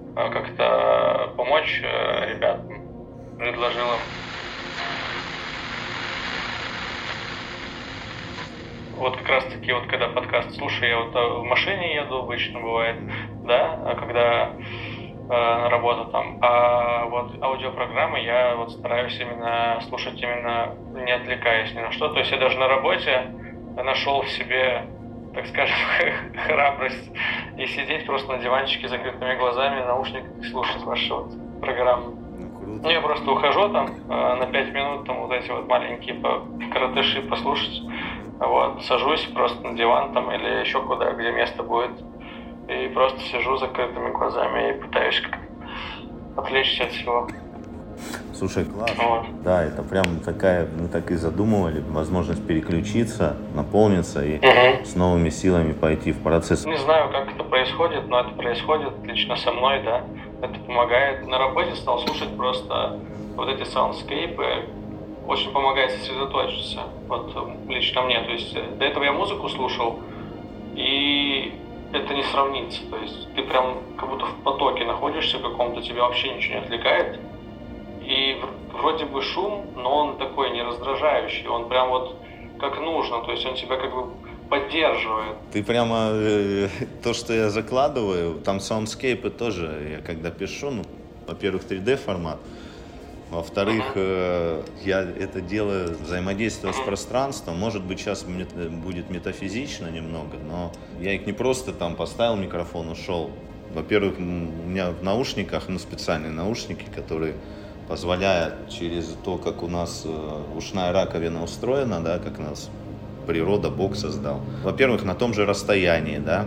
S1: как-то помочь ребятам, предложил им. Вот как раз таки, вот когда подкаст слушаю, я вот в машине еду, обычно бывает, да, когда на работу там, а вот аудиопрограммы я вот стараюсь именно слушать именно не отвлекаясь ни на что, то есть я даже на работе нашел в себе, так скажем, храбрость и сидеть просто на диванчике с закрытыми глазами, наушниках и слушать ваши вот программы. Ну, я просто ухожу там на пять минут, там вот эти вот маленькие коротыши послушать, вот, сажусь просто на диван там или еще куда, где место будет. И просто сижу с закрытыми глазами и пытаюсь отвлечься от всего.
S2: Слушай, классно.
S1: Вот.
S2: Да, это прям такая, мы так и задумывали, возможность переключиться, наполниться и
S1: угу.
S2: с новыми силами пойти в процесс.
S1: Не знаю, как это происходит, но это происходит лично со мной, да. Это помогает. На работе стал слушать просто вот эти саундскейпы. Очень помогает сосредоточиться. Вот лично мне. То есть до этого я музыку слушал, и это не сравнится. То есть ты прям как будто в потоке находишься каком-то, тебя вообще ничего не отвлекает. И вроде бы шум, но он такой не раздражающий. Он прям вот как нужно. То есть он тебя как бы поддерживает.
S2: Ты прямо э, то, что я закладываю, там саундскейпы тоже, я когда пишу, ну, во-первых, три дэ формат. Во-вторых, uh-huh. я это делаю, взаимодействуя uh-huh. с пространством. Может быть, сейчас будет метафизично немного, но я их не просто там поставил микрофон, ушел. Во-первых, у меня в наушниках, ну, специальные наушники, которые позволяют через то, как у нас ушная раковина устроена, да, как нас природа, Бог создал. Во-первых, на том же расстоянии, да.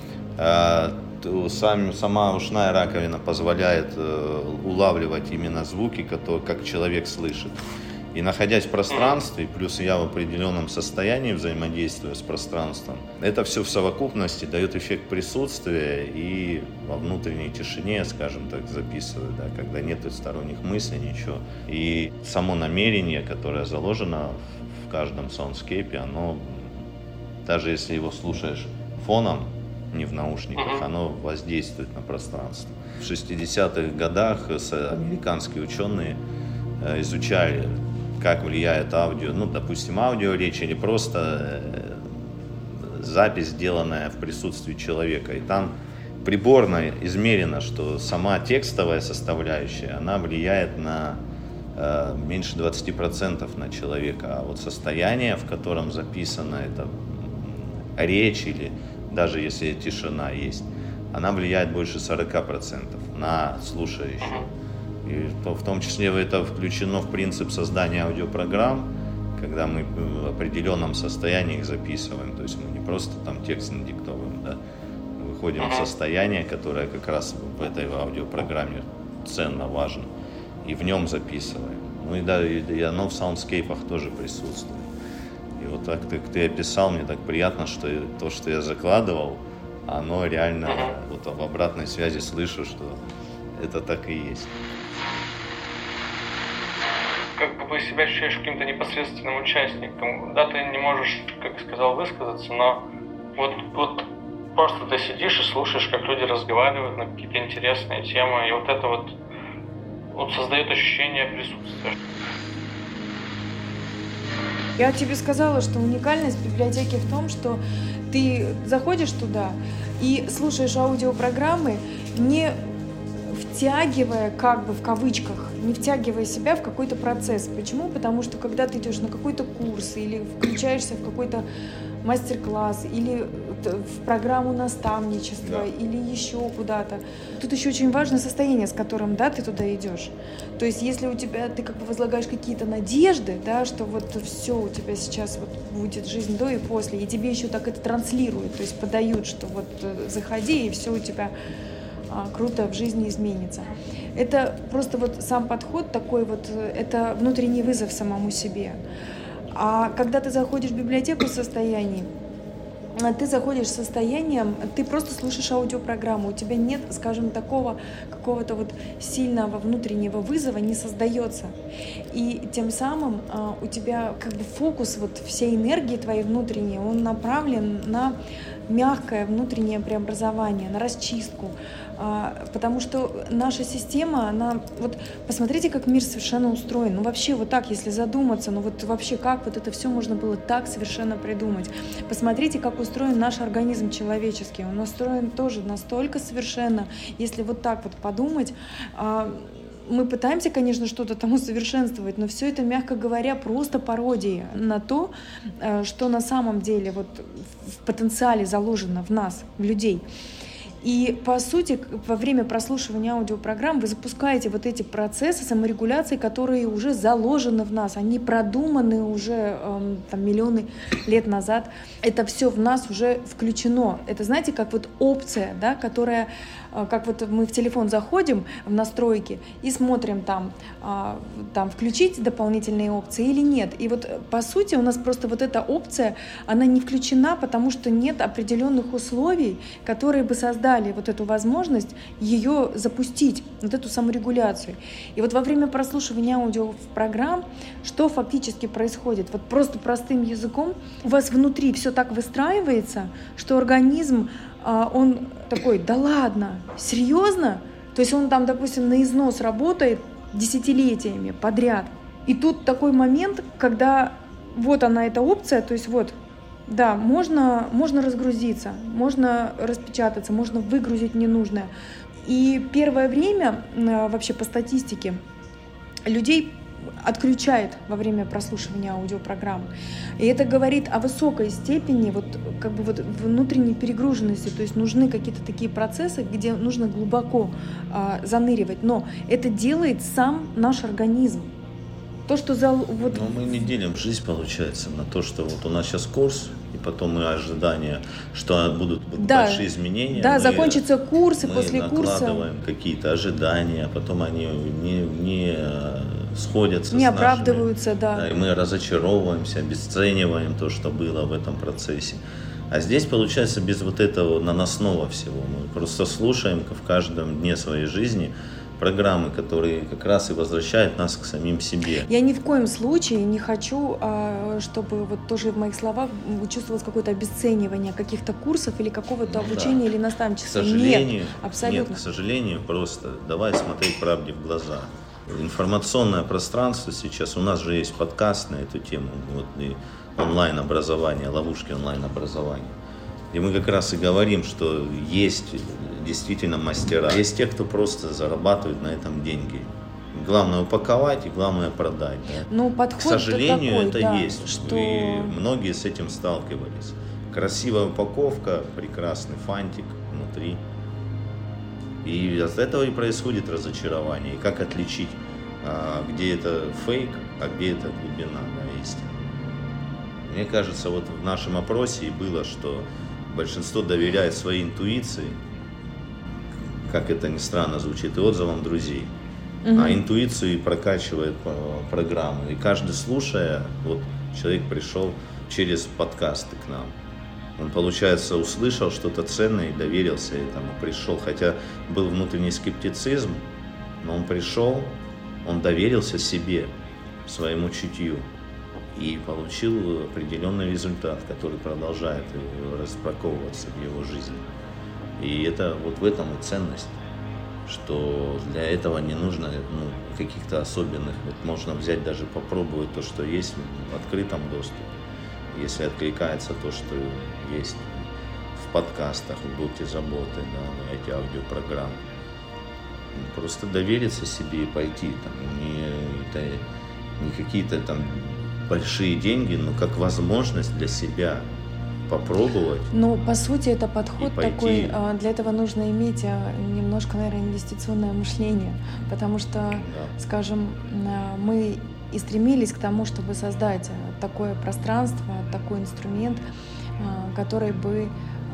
S2: Сам, сама ушная раковина позволяет э, улавливать именно звуки, которые, как человек слышит. И находясь в пространстве, плюс я в определенном состоянии взаимодействия с пространством, это все в совокупности дает эффект присутствия и во внутренней тишине, скажем так, записываю, да, когда нет сторонних мыслей, ничего. И само намерение, которое заложено в каждом саундскейпе, оно, даже если его слушаешь фоном, не в наушниках, uh-huh. оно воздействует на пространство. В шестидесятых годах американские ученые изучали, как влияет аудио, ну, допустим, аудиоречь или просто запись, сделанная в присутствии человека. И там приборно измерено, что сама текстовая составляющая, она влияет на э, меньше двадцати процентов на человека, а вот состояние, в котором записана эта речь или даже если тишина есть, она влияет больше сорока процентов на слушающего. И то, в том числе это включено в принцип создания аудиопрограмм, когда мы в определенном состоянии их записываем. То есть мы не просто там текст надиктовываем, да, мы выходим в состояние, которое как раз в этой аудиопрограмме ценно, важно, и в нем записываем. Ну и да, и оно в саундскейпах тоже присутствует. И вот так ты, ты описал, мне так приятно, что то, что я закладывал, оно реально, вот в обратной связи слышу, что это так и есть.
S1: Как бы себя ощущаешь каким-то непосредственным участником. Да, ты не можешь, как сказал, высказаться, но вот, вот просто ты сидишь и слушаешь, как люди разговаривают на какие-то интересные темы, и вот это вот, вот создает ощущение присутствия.
S3: Я тебе сказала, что уникальность библиотеки в том, что ты заходишь туда и слушаешь аудиопрограммы, не втягивая, как бы в кавычках, не втягивая себя в какой-то процесс. Почему? Потому что когда ты идешь на какой-то курс или включаешься в какой-то мастер-класс или в программу наставничества, да, или еще куда-то. Тут еще очень важно состояние, с которым, да, ты туда идешь. То есть если у тебя, ты как бы возлагаешь какие-то надежды, да, что вот все у тебя сейчас вот будет жизнь до и после, и тебе еще так это транслируют, то есть подают, что вот заходи, и все у тебя а, круто в жизни изменится. Это просто вот сам подход такой вот, это внутренний вызов самому себе. А когда ты заходишь в библиотеку в состоянии, ты заходишь с состоянием, ты просто слушаешь аудиопрограмму, у тебя нет, скажем, такого какого-то вот сильного внутреннего вызова не создается. И тем самым а, у тебя как бы фокус вот всей энергии твоей внутренней, он направлен на мягкое внутреннее преобразование, на расчистку. А, потому что наша система, она, вот посмотрите, как мир совершенно устроен. Ну вообще вот так, если задуматься, ну вот вообще как вот это все можно было так совершенно придумать. Посмотрите, как устроен наш организм человеческий. Он устроен тоже настолько совершенно, если вот так вот подумать. А, мы пытаемся, конечно, что-то там усовершенствовать, но все это, мягко говоря, просто пародии на то, что на самом деле вот в потенциале заложено в нас, в людей. И, по сути, во время прослушивания аудиопрограмм вы запускаете вот эти процессы саморегуляции, которые уже заложены в нас, они продуманы уже э, там, миллионы лет назад. Это все в нас уже включено. Это, знаете, как вот опция, да, которая, э, как вот мы в телефон заходим в настройки и смотрим там, э, там, включить дополнительные опции или нет. И вот, по сути, у нас просто вот эта опция, она не включена, потому что нет определенных условий, которые бы создали вот эту возможность ее запустить, вот эту саморегуляцию. И вот во время прослушивания аудиопрограмм, что фактически происходит? Вот просто простым языком у вас внутри все так выстраивается, что организм, он такой, да ладно, серьезно? То есть он там, допустим, на износ работает десятилетиями подряд. И тут такой момент, когда вот она, эта опция, то есть вот, да, можно, можно разгрузиться, можно распечататься, можно выгрузить ненужное. И первое время, вообще по статистике, людей отключает во время прослушивания аудиопрограмм. И это говорит о высокой степени вот, как бы вот внутренней перегруженности. То есть нужны какие-то такие процессы, где нужно глубоко а, заныривать. Но это делает сам наш организм. То, что за, вот...
S2: Но мы не делим жизнь, получается, на то, что вот у нас сейчас курс, и потом мы ожидания, что будут, будут да, большие изменения.
S3: Да,
S2: мы,
S3: закончится курс, и
S2: мы
S3: после курса... Мы
S2: накладываем какие-то ожидания, а потом они не, не сходятся
S3: не
S2: с
S3: оправдываются,
S2: нашими,
S3: да.
S2: да. И мы разочаровываемся, обесцениваем то, что было в этом процессе. А здесь, получается, без вот этого наносного всего. Мы просто слушаем в каждом дне своей жизни программы, которые как раз и возвращают нас к самим себе.
S3: Я ни в коем случае не хочу, чтобы вот тоже в моих словах чувствовалось какое-то обесценивание каких-то курсов или какого-то ну, обучения да. или наставничества.
S2: К сожалению,
S3: нет, абсолютно.
S2: Нет, к сожалению, просто давай смотреть правде в глаза. Информационное пространство сейчас, у нас же есть подкаст на эту тему, вот, и онлайн-образование, ловушки онлайн-образования. И мы как раз и говорим, что есть действительно мастера, есть те, кто просто зарабатывает на этом деньги. Главное упаковать и главное продать. Да?
S3: Ну, подход
S2: К сожалению,
S3: такой,
S2: это
S3: да,
S2: есть.
S3: что...
S2: И многие с этим сталкивались. Красивая упаковка, прекрасный фантик внутри.
S4: И от этого и происходит разочарование. И как отличить, где это фейк, а где это глубина, да, истины. Мне кажется, вот в нашем опросе и было, что большинство доверяет своей интуиции, как это ни странно звучит, и отзывам друзей. Угу. А интуицию и прокачивает программу. И каждый, слушая, вот человек пришел через подкасты к нам. Он, получается, услышал что-то ценное и доверился этому, пришел. Хотя был внутренний скептицизм, но он пришел, он доверился себе, своему чутью и получил определенный результат, который продолжает распаковываться в его жизни. И это вот в этом и ценность, что для этого не нужно ну, каких-то особенных. Вот можно взять, даже попробовать то, что есть в открытом доступе. Если откликается то, что есть в подкастах, в блоке заботы, да, эти аудиопрограммы. Просто довериться себе и пойти. Там, не, это, не какие-то там большие деньги, но как возможность для себя попробовать.
S3: Ну, по сути, это подход такой, для этого нужно иметь немножко, наверное, инвестиционное мышление, потому что, да. скажем, мы и стремились к тому, чтобы создать такое пространство, такой инструмент, который бы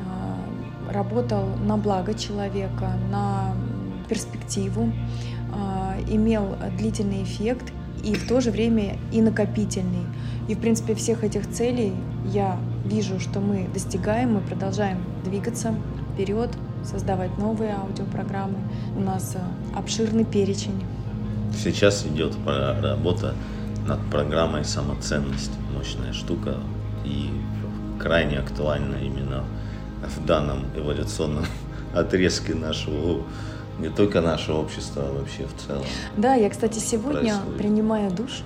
S3: работал на благо человека, на перспективу, имел длительный эффект и в то же время и накопительный. И, в принципе, всех этих целей я вижу, что мы достигаем, мы продолжаем двигаться вперед, создавать новые аудиопрограммы. У нас обширный перечень.
S4: Сейчас идет работа над программой «Самоценность». Мощная штука и крайне актуальна именно в данном эволюционном отрезке нашего, не только нашего общества, а вообще в целом.
S3: Да, я, кстати, сегодня, происходит. Принимая душ,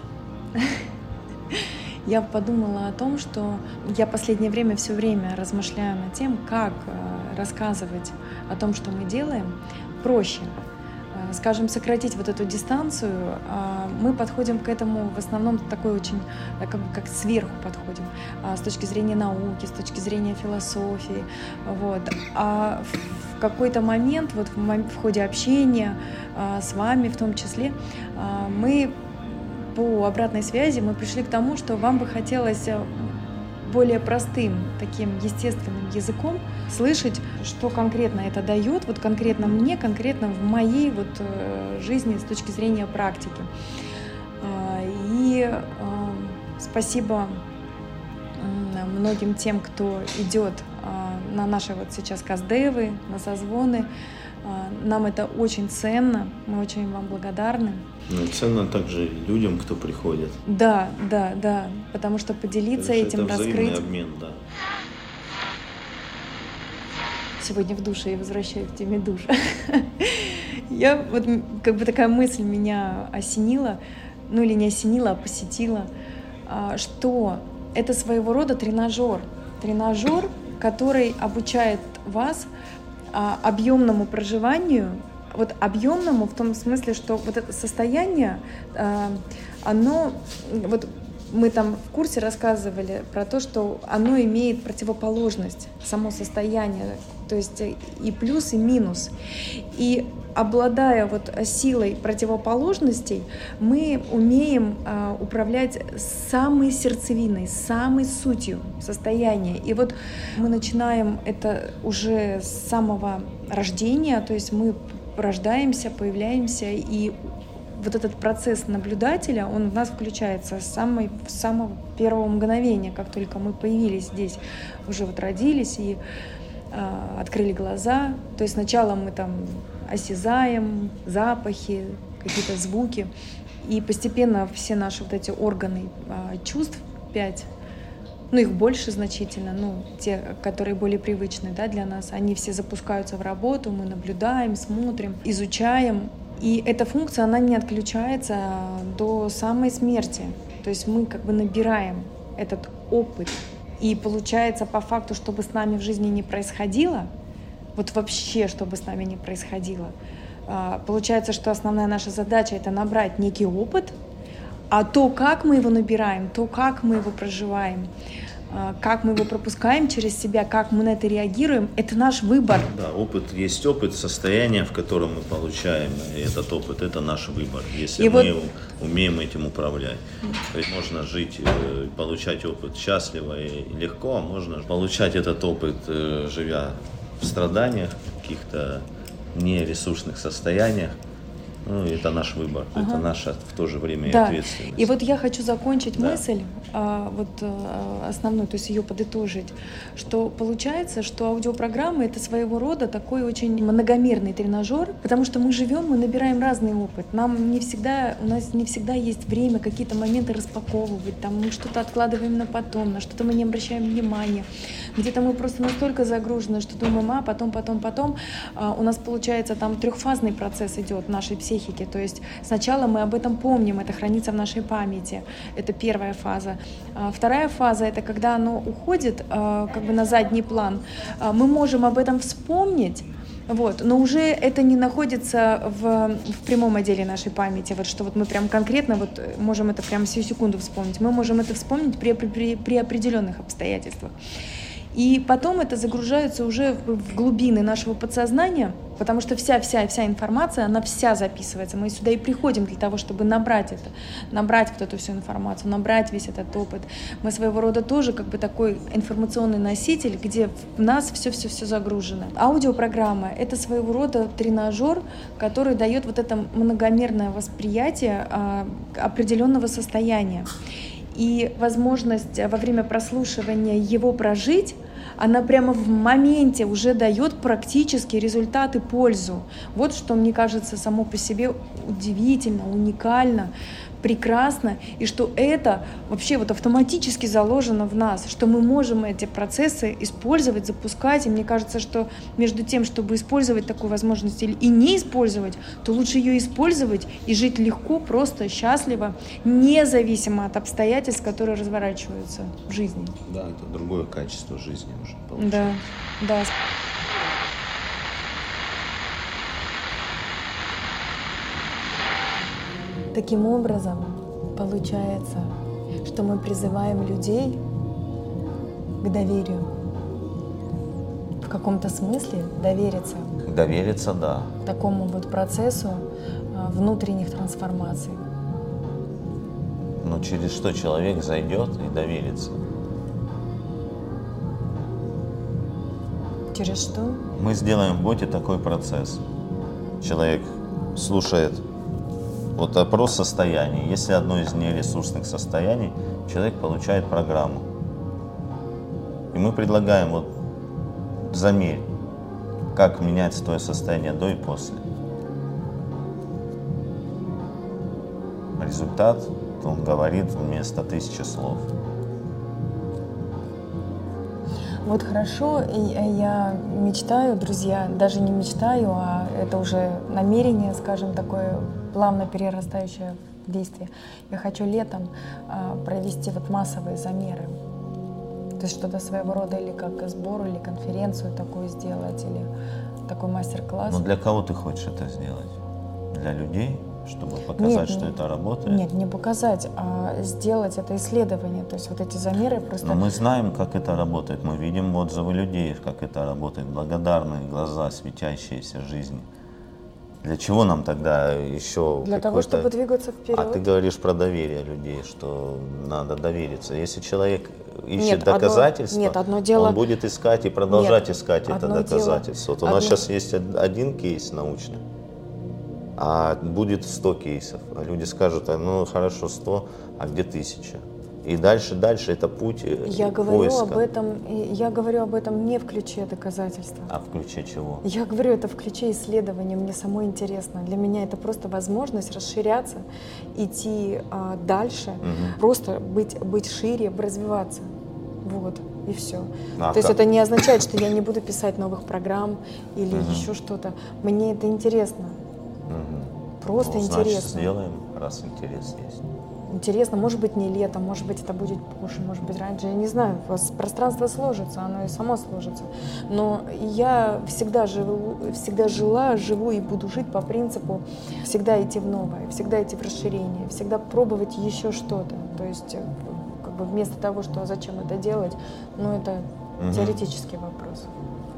S3: я подумала о том, что я в последнее время все время размышляю над тем, как рассказывать о том, что мы делаем, проще. Скажем, сократить вот эту дистанцию, мы подходим к этому в основном такой очень, как бы как сверху подходим, с точки зрения науки, с точки зрения философии. Вот. А в какой-то момент, вот в ходе общения с вами в том числе, мы по обратной связи мы пришли к тому, что вам бы хотелось более простым, таким естественным языком слышать, что конкретно это дает, вот конкретно мне, конкретно в моей вот жизни с точки зрения практики. И спасибо многим тем, кто идет на наши вот сейчас каздевы, на созвоны. Нам это очень ценно, мы очень вам благодарны.
S4: Ну, ценно также людям, кто приходит.
S3: Да, да, да, потому что поделиться потому что этим,
S4: это
S3: раскрыть.
S4: Обмен, да.
S3: Сегодня в душе я возвращаюсь к теме душа. Я вот как бы такая мысль меня осенила, ну или не осенила, а посетила, что это своего рода тренажер, тренажер, который обучает вас объемному проживанию, вот объемному в том смысле, что вот это состояние, оно, вот мы там в курсе рассказывали про то, что оно имеет противоположность, само состояние, то есть и плюс, и минус. И обладая вот силой противоположностей, мы умеем э, управлять самой сердцевиной, самой сутью состояния. И вот мы начинаем это уже с самого рождения, то есть мы рождаемся, появляемся, и вот этот процесс наблюдателя, он в нас включается с, самой, с самого первого мгновения, как только мы появились здесь, уже вот родились и э, открыли глаза. То есть сначала мы там осязаем запахи, какие-то звуки, и постепенно все наши вот эти органы э, чувств, пять, ну их больше значительно, ну те, которые более привычны, да, для нас, они все запускаются в работу, мы наблюдаем, смотрим, изучаем. И эта функция, она не отключается до самой смерти. То есть мы как бы набираем этот опыт. И получается по факту, что бы с нами в жизни не происходило, вот вообще, что бы с нами не происходило, получается, что основная наша задача — это набрать некий опыт, а то, как мы его набираем, то, как мы его проживаем, как мы его пропускаем через себя, как мы на это реагируем, это наш выбор.
S4: Да, опыт есть опыт, состояние, в котором мы получаем этот опыт, это наш выбор, если и мы вот... умеем этим управлять. То есть можно жить, получать опыт счастливо и легко, а можно получать этот опыт, живя в страданиях, каких-то нересурсных состояниях. Ну, это наш выбор, ага. это наша в то же время
S3: да.
S4: и ответственность.
S3: И вот я хочу закончить
S4: да.
S3: мысль, а, вот а, основную, то есть ее подытожить, что получается, что аудиопрограмма — это своего рода такой очень многомерный тренажер, потому что мы живем, мы набираем разный опыт. Нам не всегда, у нас не всегда есть время какие-то моменты распаковывать, там мы что-то откладываем на потом, на что-то мы не обращаем внимания. Где-то мы просто настолько загружены, что думаем, а потом, потом, потом. А, у нас получается там трехфазный процесс идет нашей психики. То есть сначала мы об этом помним, это хранится в нашей памяти. Это первая фаза. Вторая фаза — это когда оно уходит как бы на задний план. Мы можем об этом вспомнить, вот, но уже это не находится в, в прямом отделе нашей памяти, вот, что вот мы прям конкретно вот можем это прям всю секунду вспомнить. Мы можем это вспомнить при, при, при определенных обстоятельствах. И потом это загружается уже в глубины нашего подсознания, потому что вся-вся-вся информация, она вся записывается. Мы сюда и приходим для того, чтобы набрать это, набрать вот эту всю информацию, набрать весь этот опыт. Мы своего рода тоже как бы такой информационный носитель, где в нас все-все-все загружено. Аудиопрограмма — это своего рода тренажер, который дает вот это многомерное восприятие а, определенного состояния. И возможность во время прослушивания его прожить, она прямо в моменте уже дает практически результат и пользу. Вот что, мне кажется, само по себе удивительно, уникально, прекрасно, и что это вообще вот автоматически заложено в нас, что мы можем эти процессы использовать, запускать. И мне кажется, что между тем, чтобы использовать такую возможность и не использовать, то лучше ее использовать и жить легко, просто, счастливо, независимо от обстоятельств, которые разворачиваются в жизни.
S4: Да, это другое качество жизни уже получается.
S3: Да, да. Таким образом, получается, что мы призываем людей к доверию. В каком-то смысле довериться.
S2: Довериться, да.
S3: Такому вот процессу внутренних трансформаций.
S2: Но через что человек зайдет и доверится?
S3: Через что?
S2: Мы сделаем в боте такой процесс. Человек слушает вот опрос состояний. Если одно из нересурсных состояний, человек получает программу. И мы предлагаем, вот замерь, как меняется твое состояние до и после. Результат, он говорит вместо тысячи слов.
S3: Вот хорошо, я мечтаю, друзья, даже не мечтаю, а это уже намерение, скажем, такое плавно перерастающее в действие. Я хочу летом а, провести вот массовые замеры. То есть что-то своего рода или как сбор, или конференцию такую сделать, или такой мастер-класс.
S2: Но для кого ты хочешь это сделать? Для людей? Чтобы показать, нет, что это работает?
S3: Нет, не показать, а сделать это исследование. То есть вот эти замеры просто...
S2: Но мы знаем, как это работает. Мы видим отзывы людей, как это работает. Благодарные глаза, светящиеся жизни. Для чего нам тогда еще
S3: Для того, чтобы двигаться вперед.
S2: А ты говоришь про доверие людей, что надо довериться. Если человек ищет
S3: нет,
S2: доказательства,
S3: одно, нет, одно дело...
S2: он будет искать и продолжать нет, искать это доказательство.
S3: Дело...
S2: Вот у нас
S3: одно...
S2: сейчас есть один кейс научный. А будет сто кейсов. А люди скажут, ну хорошо, сто, а где тысяча? И дальше, дальше это путь
S3: я говорю поиска. Об этом, я говорю об этом не в ключе доказательства.
S2: А в ключе чего?
S3: Я говорю это в ключе исследования, мне самой интересно. Для меня это просто возможность расширяться, идти а, дальше, угу. просто быть, быть шире, развиваться. Вот, и все. А То есть это не означает, что я не буду писать новых программ или угу. еще что-то. Мне это интересно.
S2: Угу.
S3: Просто
S2: ну,
S3: интересно.
S2: Значит, сделаем, раз интерес есть.
S3: Интересно, может быть, не летом, может быть, это будет позже, может быть, раньше, я не знаю. У вас пространство сложится, оно и само сложится. Но я всегда, живу, всегда жила, живу и буду жить по принципу всегда идти в новое, всегда идти в расширение, всегда пробовать еще что-то. То есть как бы вместо того, что зачем это делать, ну это
S2: Мгм.
S3: теоретический вопрос.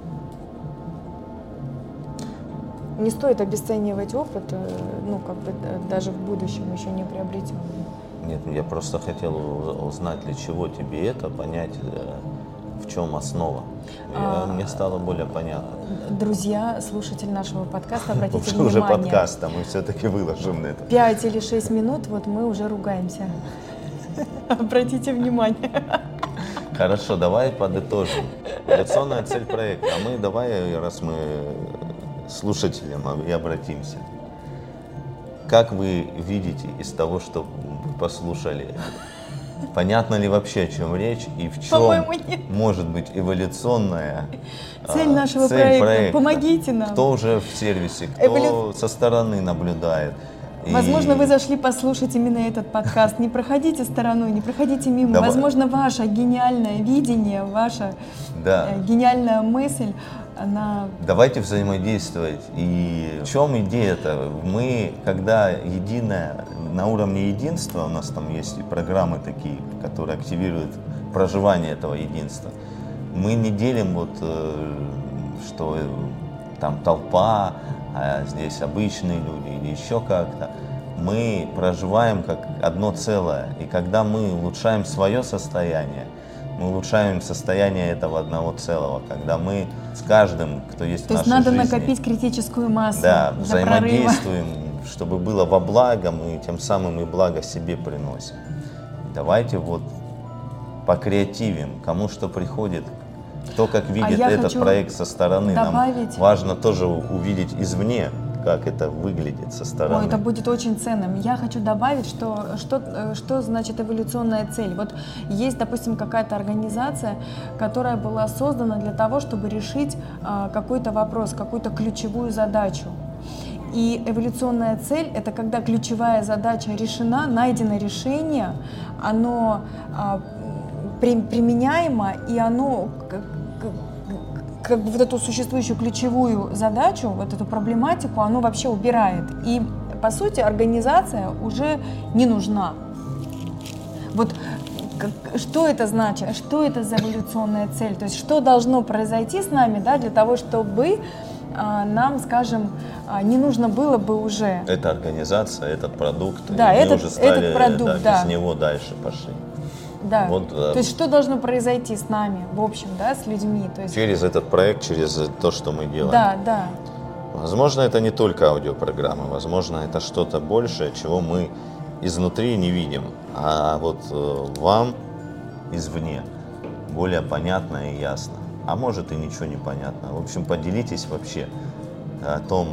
S3: Не стоит обесценивать опыт, э, ну как бы да, даже в будущем еще не приобретенный.
S2: Нет, я просто хотел у- узнать, для чего тебе это, понять, э, в чем основа. И,
S3: А,
S2: э, Мне стало более понятно.
S3: Друзья, слушатель нашего подкаста, обратите
S2: Уже, уже
S3: внимание.
S2: подкаст, а мы все-таки выложим на это.
S3: Пять или шесть минут, вот мы уже ругаемся. Обратите внимание.
S2: Хорошо, давай подытожим. Эволюционная цель проекта. А мы давай, раз мы слушателям и обратимся. Как вы видите из того, что вы послушали, понятно ли вообще, о чем речь и в чем
S3: По-моему, нет.
S2: может быть эволюционная
S3: Цель
S2: а,
S3: нашего
S2: цель
S3: проекта. Помогите нам.
S2: Кто уже в сервисе, кто
S3: Эволю-
S2: со стороны наблюдает. И-
S3: Возможно, вы зашли послушать именно этот подкаст. Не проходите стороной, не проходите мимо.
S2: Давай.
S3: Возможно, ваше гениальное видение, ваша
S2: Да.
S3: э, гениальная мысль, она...
S2: Давайте взаимодействовать. И в чем идея-то? Мы, когда единое, на уровне единства, у нас там есть и программы такие, которые активируют проживание этого единства. Мы не делим вот, э, что э, там толпа, а здесь обычные люди или еще как-то. Мы проживаем как одно целое. И когда мы улучшаем свое состояние, мы улучшаем состояние этого одного целого, когда мы с каждым, кто есть
S3: То
S2: в
S3: есть
S2: нашей
S3: надо
S2: жизни,
S3: накопить критическую массу
S2: да,
S3: для
S2: взаимодействуем, чтобы было во благо, мы тем самым и благо себе приносим. Давайте вот покреативим, кому что приходит, кто как видит
S3: я
S2: этот
S3: хочу
S2: проект со стороны.
S3: добавить-
S2: Нам важно тоже увидеть извне, как это выглядит со стороны.
S3: Ой, это будет очень ценным. Я хочу добавить, что, что, э, что значит эволюционная цель. Вот есть, допустим, какая-то организация, которая была создана для того, чтобы решить а, какой-то вопрос, какую-то ключевую задачу. И эволюционная цель – это когда ключевая задача решена, найдено решение, оно а, при- применяемо, и оно как, как- как бы вот эту существующую ключевую задачу, вот эту проблематику, оно вообще убирает. И, по сути, организация уже не нужна. Вот как- что это значит? Что это за эволюционная цель? То есть что должно произойти с нами, да, для того, чтобы а, нам, скажем, а, не нужно было бы уже...
S2: Эта организация, этот продукт,
S3: Да,
S2: и мы
S3: этот-
S2: уже стали
S3: этот продукт,
S2: да,
S3: да.
S2: без него дальше пошли.
S3: Да.
S2: Вот, э,
S3: То есть что должно произойти с нами, в общем, да, с людьми? То есть...
S2: Через этот проект, через то, что мы делаем.
S3: Да, да.
S2: Возможно, это не только аудиопрограммы, возможно, это что-то большее, чего мы изнутри не видим, а вот э, вам извне более понятно и ясно. А может и ничего не понятно. В общем, поделитесь вообще о том,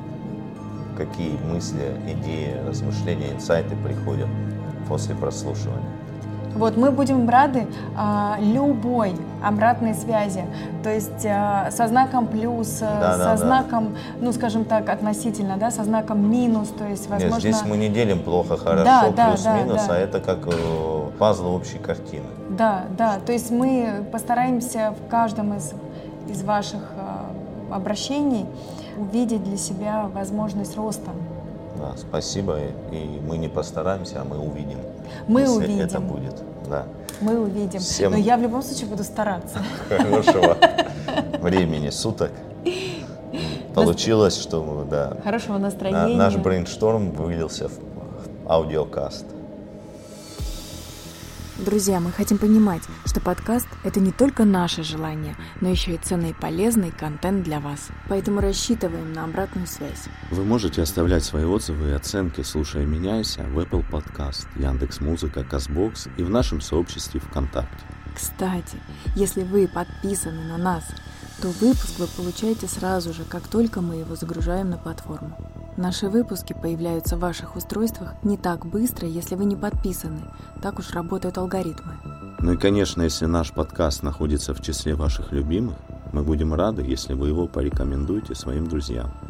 S2: какие мысли, идеи, размышления, инсайты приходят после прослушивания.
S3: Вот мы будем рады а, любой обратной связи, то есть а, со знаком плюс, а,
S2: Да,
S3: со
S2: да, да.
S3: знаком, ну скажем так, относительно, да, со знаком минус, то есть, возможно...
S2: Нет, здесь мы не делим плохо, хорошо,
S3: Да, да,
S2: плюс-минус,
S3: да, да.
S2: а это как э, пазл общей картины.
S3: Да, да, то есть мы постараемся в каждом из, из ваших а, обращений увидеть для себя возможность роста.
S2: Да, спасибо, и, и мы не постараемся, а мы увидим.
S3: Мы
S2: если
S3: увидим.
S2: это будет. Да.
S3: Мы увидим.
S2: Всем-
S3: Но я в любом случае буду стараться.
S2: Хорошего времени суток. Получилось, что да,
S3: Хорошего
S2: на-
S3: настроения.
S2: наш брейншторм вылился в аудиокаст.
S5: Друзья, мы хотим понимать, что подкаст – это не только наше желание, но еще и ценный и полезный контент для вас. Поэтому рассчитываем на обратную связь.
S4: Вы можете оставлять свои отзывы и оценки, слушая «Меняйся» в Apple Podcast, Яндекс.Музыка, Казбокс и в нашем сообществе ВКонтакте.
S5: Кстати, если вы подписаны на нас, то выпуск вы получаете сразу же, как только мы его загружаем на платформу. Наши выпуски появляются в ваших устройствах не так быстро, если вы не подписаны. Так уж работают алгоритмы.
S4: Ну и, конечно, если наш подкаст находится в числе ваших любимых, мы будем рады, если вы его порекомендуете своим друзьям.